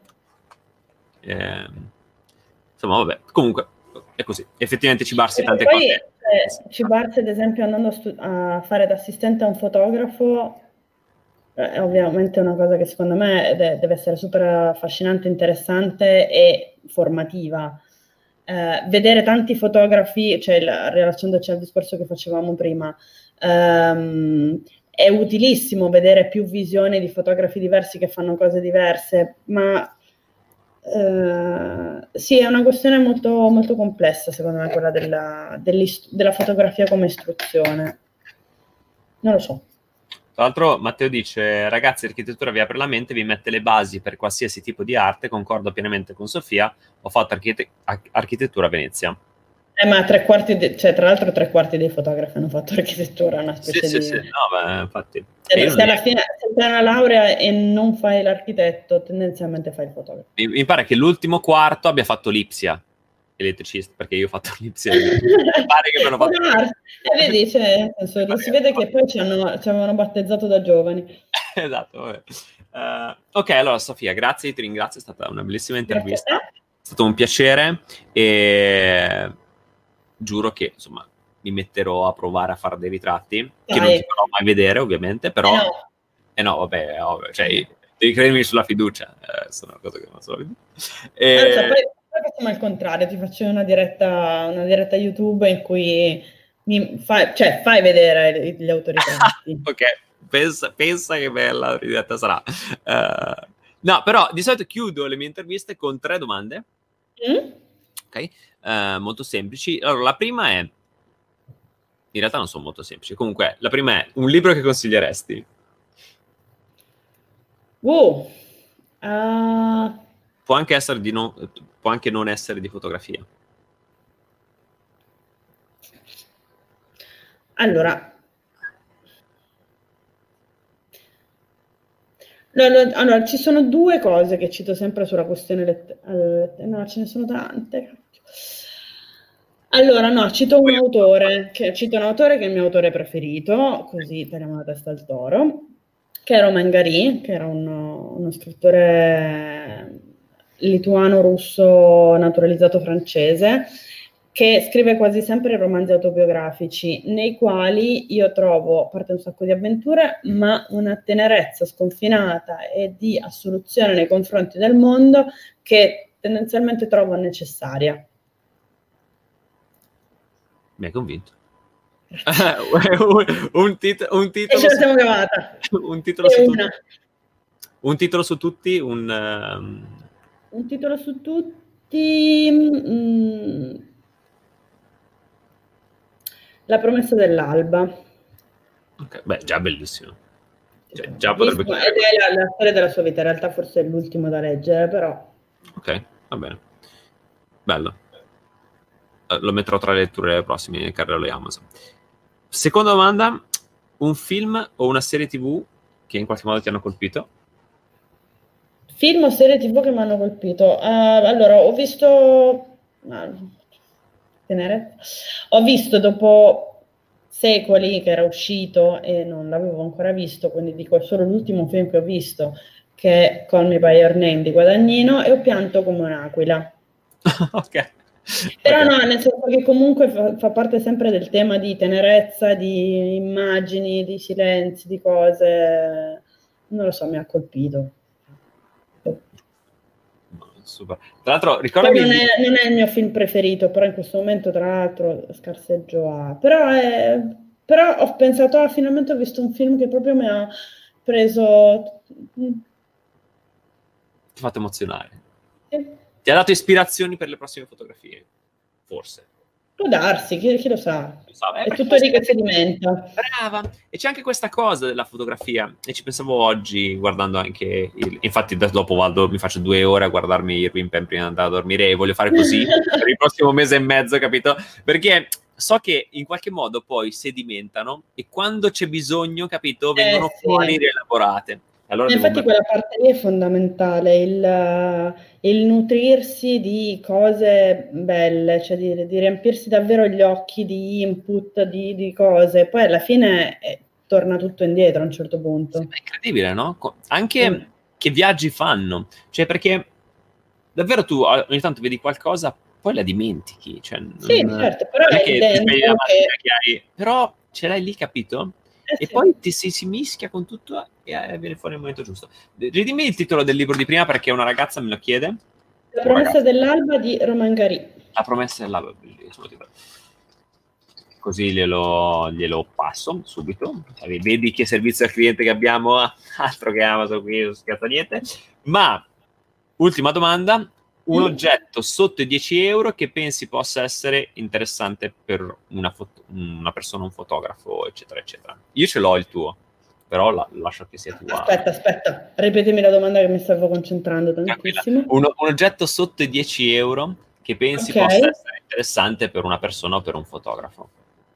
Insomma, vabbè, comunque è così. Effettivamente cibarsi tante
poi,
cose.
Cibarsi, ad esempio, andando a fare da assistente a un fotografo, è ovviamente una cosa che secondo me deve essere super affascinante, interessante e formativa. Vedere tanti fotografi, cioè rilasciandoci al discorso che facevamo prima, è utilissimo vedere più visioni di fotografi diversi che fanno cose diverse, ma sì, è una questione molto, molto complessa, secondo me, quella della fotografia come istruzione. Non lo so.
Tra l'altro Matteo dice: ragazzi, l'architettura vi apre la mente, vi mette le basi per qualsiasi tipo di arte. Concordo pienamente con Sofia, ho fatto architettura a Venezia.
Ma cioè, tra l'altro 3/4 dei fotografi hanno fatto architettura, una specie di...
Sì. No, beh, infatti.
Se alla fine hai una laurea e non fai l'architetto, tendenzialmente fai il fotografo.
Mi pare che l'ultimo quarto abbia fatto l'Ipsia, elettricista, perché io ho fatto l'Ipsia. Mi pare che me l'ho fatto.
Vedi, cioè, si vede che poi ci avevano battezzato da giovani.
Esatto, vabbè. Ok, allora Sofia, grazie, ti ringrazio, è stata una bellissima intervista, è stato un piacere e giuro che insomma mi metterò a provare a fare dei ritratti che non ti farò mai vedere ovviamente, però no, vabbè, cioè, devi credermi sulla fiducia, sono cose che non so.
Poi facciamo al contrario, ti faccio una diretta YouTube in cui fai vedere gli autoritratti.
Ok, pensa che bella la diretta sarà. No, però di solito chiudo le mie interviste con 3 domande. Ok, molto semplici. Allora, la prima è, in realtà non sono molto semplici, comunque la prima è un libro che consiglieresti?
Può
anche essere può anche non essere di fotografia.
Allora, ci sono 2 cose che cito sempre sulla questione no, ce ne sono tante. Allora, no, cito un autore che è il mio autore preferito, così teniamo la testa al toro, che è Romain Gary, che era uno scrittore lituano-russo naturalizzato francese, che scrive quasi sempre romanzi autobiografici, nei quali io trovo, a parte un sacco di avventure, ma una tenerezza sconfinata e di assoluzione nei confronti del mondo che tendenzialmente trovo necessaria.
Mi hai convinto. un titolo
e ce la siamo cavata.
Un titolo su tutti. Un titolo su tutti,
un titolo su tutti. La promessa dell'alba.
Ok, beh, già bellissimo. Cioè, già potrebbe
ed è la storia della sua vita, in realtà forse è l'ultimo da leggere, però.
Ok, va bene. Bello. Lo metterò tra le letture prossime nel carrello di Amazon. Seconda domanda, un film o una serie TV che in qualche modo ti hanno colpito?
Film o serie TV che mi hanno colpito? Allora, ho visto... Ho visto dopo secoli, che era uscito e non l'avevo ancora visto, quindi dico solo l'ultimo film che ho visto, che è Call Me By Your Name di Guadagnino, e ho pianto come un'aquila.
Ok.
Però
Ok.
no, nel senso che comunque fa parte sempre del tema di tenerezza, di immagini, di silenzi, di cose. Non lo so, mi ha colpito.
Super. Tra l'altro,
Poi
ricordami
non è il mio film preferito, però in questo momento, tra l'altro, scarseggio a. Però ho pensato, finalmente ho visto un film che proprio mi ha preso.
ti ha fatto emozionare.
Sì.
Ti ha dato ispirazioni per le prossime fotografie, forse.
Può darsi, chi lo sa.
Non so,
È
perché
tutto lì che si diventa.
brava. E c'è anche questa cosa della fotografia, e ci pensavo oggi guardando anche infatti dopo mi faccio 2 ore a guardarmi Irving Penn prima di andare a dormire, e voglio fare così per il prossimo mese e mezzo, capito? Perché so che in qualche modo poi sedimentano e quando c'è bisogno, capito, vengono
Sì.
fuori rielaborate. Allora
Infatti quella parte lì è fondamentale, il nutrirsi di cose belle, cioè di riempirsi davvero gli occhi di input, di cose, poi alla fine torna tutto indietro a un certo punto.
Sì, è incredibile, no? Anche che viaggi fanno, cioè perché davvero tu ogni tanto vedi qualcosa, poi la dimentichi, cioè
sì, certo, però
non è
è
che ti
dentro
svegli la mattina
che.
che hai, però ce l'hai lì, capito? E
Sì.
poi si mischia con tutto e viene fuori il momento giusto. Ridimmi il titolo del libro di prima, perché una ragazza me lo chiede.
La promessa dell'alba di Romain Gary.
La promessa dell'alba, bellissimo titolo. Così glielo passo subito. Vedi che servizio al cliente che abbiamo, altro che Amazon, qui non scherzo niente. Ma ultima domanda: un oggetto sotto i 10 euro che pensi possa essere interessante per una persona, un fotografo, eccetera eccetera. Io ce l'ho il tuo, però lascio che sia tua.
Aspetta, ripetimi la domanda che mi stavo concentrando tantissimo.
Un oggetto sotto i 10 euro che pensi possa essere interessante per una persona o per un fotografo.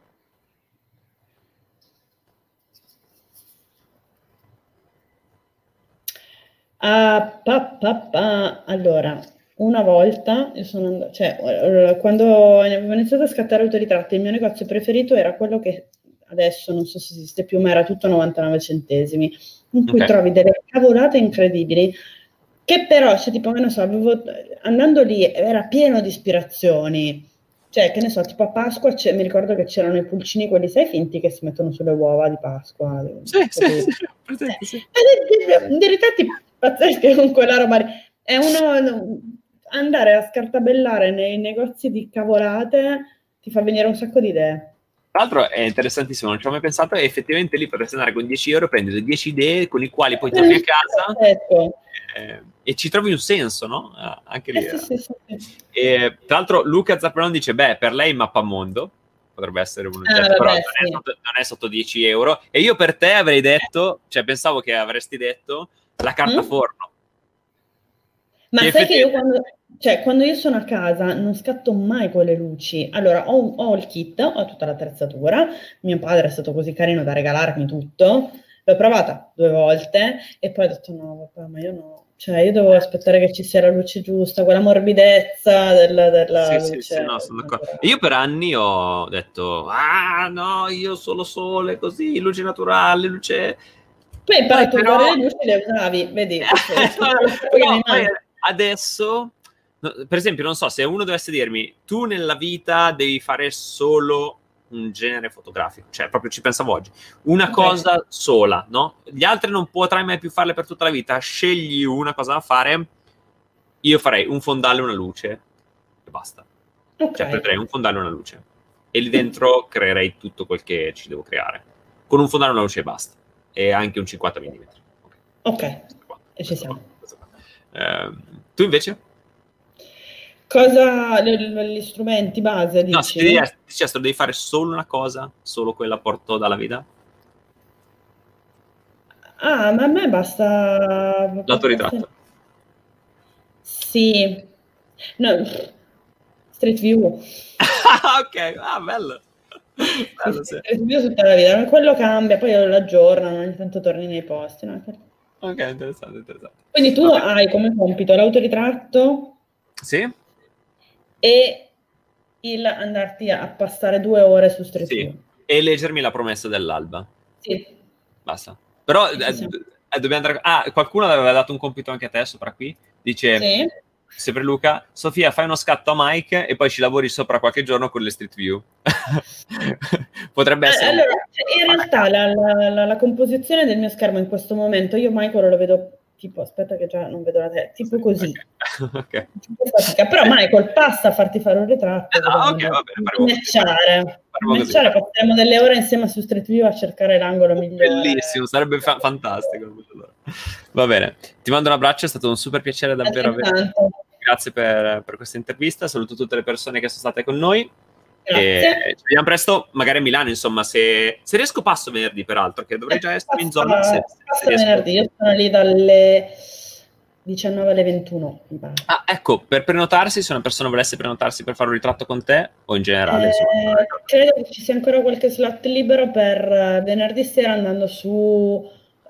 Allora, una volta io sono quando avevo iniziato a scattare autoritratti, il mio negozio preferito era quello che adesso non so se esiste più, ma era tutto 99 centesimi, in cui trovi delle cavolate incredibili, che però, cioè, tipo, non so, andando lì era pieno di ispirazioni. Cioè, che ne so, tipo a Pasqua mi ricordo che c'erano i pulcini, quelli, sai, finti che si mettono sulle uova di Pasqua.
Sì.
Dei ritratti pazzeschi con quella roba lì. È andare a scartabellare nei negozi di cavolate ti fa venire un sacco di idee.
Tra l'altro è interessantissimo, non ci ho mai pensato, e effettivamente lì potresti andare con 10 euro, prendi le 10 idee con le quali poi torni a casa e ci trovi un senso, no? Anche lì.
Sì.
E, tra l'altro Luca Zapparon dice, per lei Mappamondo potrebbe essere un oggetto, però non è sotto 10 euro. E io per te avrei detto, cioè pensavo che avresti detto la carta forno.
Ma sai che io quando io sono a casa non scatto mai con le luci. Allora, ho il kit, ho tutta l'attrezzatura, mio padre è stato così carino da regalarmi tutto, l'ho provata 2 volte e poi ho detto no, papà, ma io no. Cioè, io devo aspettare che ci sia la luce giusta, quella morbidezza della luce.
Sì, no, sono d'accordo. E io per anni ho detto, no, io solo sole, così, luce naturale, luce...
Poi però le luci le usavi, vedi?
Adesso, per esempio, non so, se uno dovesse dirmi, tu nella vita devi fare solo un genere fotografico, cioè proprio ci pensavo oggi, una cosa sola, no? Gli altri non potrai mai più farle per tutta la vita, scegli una cosa da fare, io farei un fondale e una luce e basta. Cioè prenderei un fondale e una luce e lì dentro creerei tutto quel che ci devo creare, con un fondale e una luce e basta, e anche un 50 mm.
Ok, e ci siamo.
Tu invece?
Cosa, gli strumenti base, dici?
No, se ti dicessero devi fare solo una cosa, solo quella porto dalla vita?
Ma a me basta...
L'autoritratto.
Sì. No, Street View.
Ok, bello. Bello, sì.
Street View tutta la vita, quello cambia, poi lo aggiornano, ogni tanto torni nei posti, no?
Ok, interessante.
Quindi tu hai come compito l'autoritratto?
Sì.
E il andarti a passare 2 ore su Street View.
E leggermi la promessa dell'alba.
Sì.
Basta. Però
Sì.
dobbiamo andare... qualcuno aveva dato un compito anche a te sopra qui. Dice,
Sì.
sempre Luca, Sofia, fai uno scatto a Mike e poi ci lavori sopra qualche giorno con le Street View. Potrebbe essere...
Allora, in realtà la composizione del mio schermo in questo momento, io Michael lo vedo tipo, aspetta che già non vedo la testa, tipo così.
Okay.
Però Michael, passa a farti fare un ritratto.
Ok, va bene.
Matchare, passeremo delle ore insieme su Street View a cercare l'angolo migliore.
Bellissimo, sarebbe fantastico. Va bene, ti mando un abbraccio, è stato un super piacere davvero. Grazie per questa intervista, saluto tutte le persone che sono state con noi.
Grazie.
E ci vediamo presto, magari a Milano, insomma, se riesco passo venerdì, peraltro, che dovrei già essere in zona.
Passo venerdì, io sono lì dalle 19 alle 21.
Ah, ecco, per prenotarsi, se una persona volesse prenotarsi per fare un ritratto con te, o in generale?
Credo che ci sia ancora qualche slot libero per venerdì sera andando su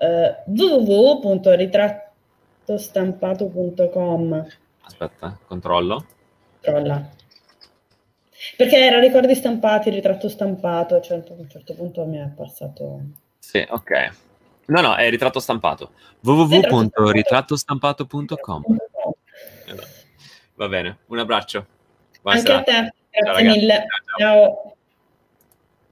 www.ritrattostampato.com.
Aspetta, controllo.
Controlla. Perché era ricordi stampati, ritratto stampato, cioè a un certo punto mi è passato...
Sì, ok. No, è ritratto stampato. www.ritrattostampato.com. Va bene, un abbraccio.
Anche a te, grazie mille. Ciao.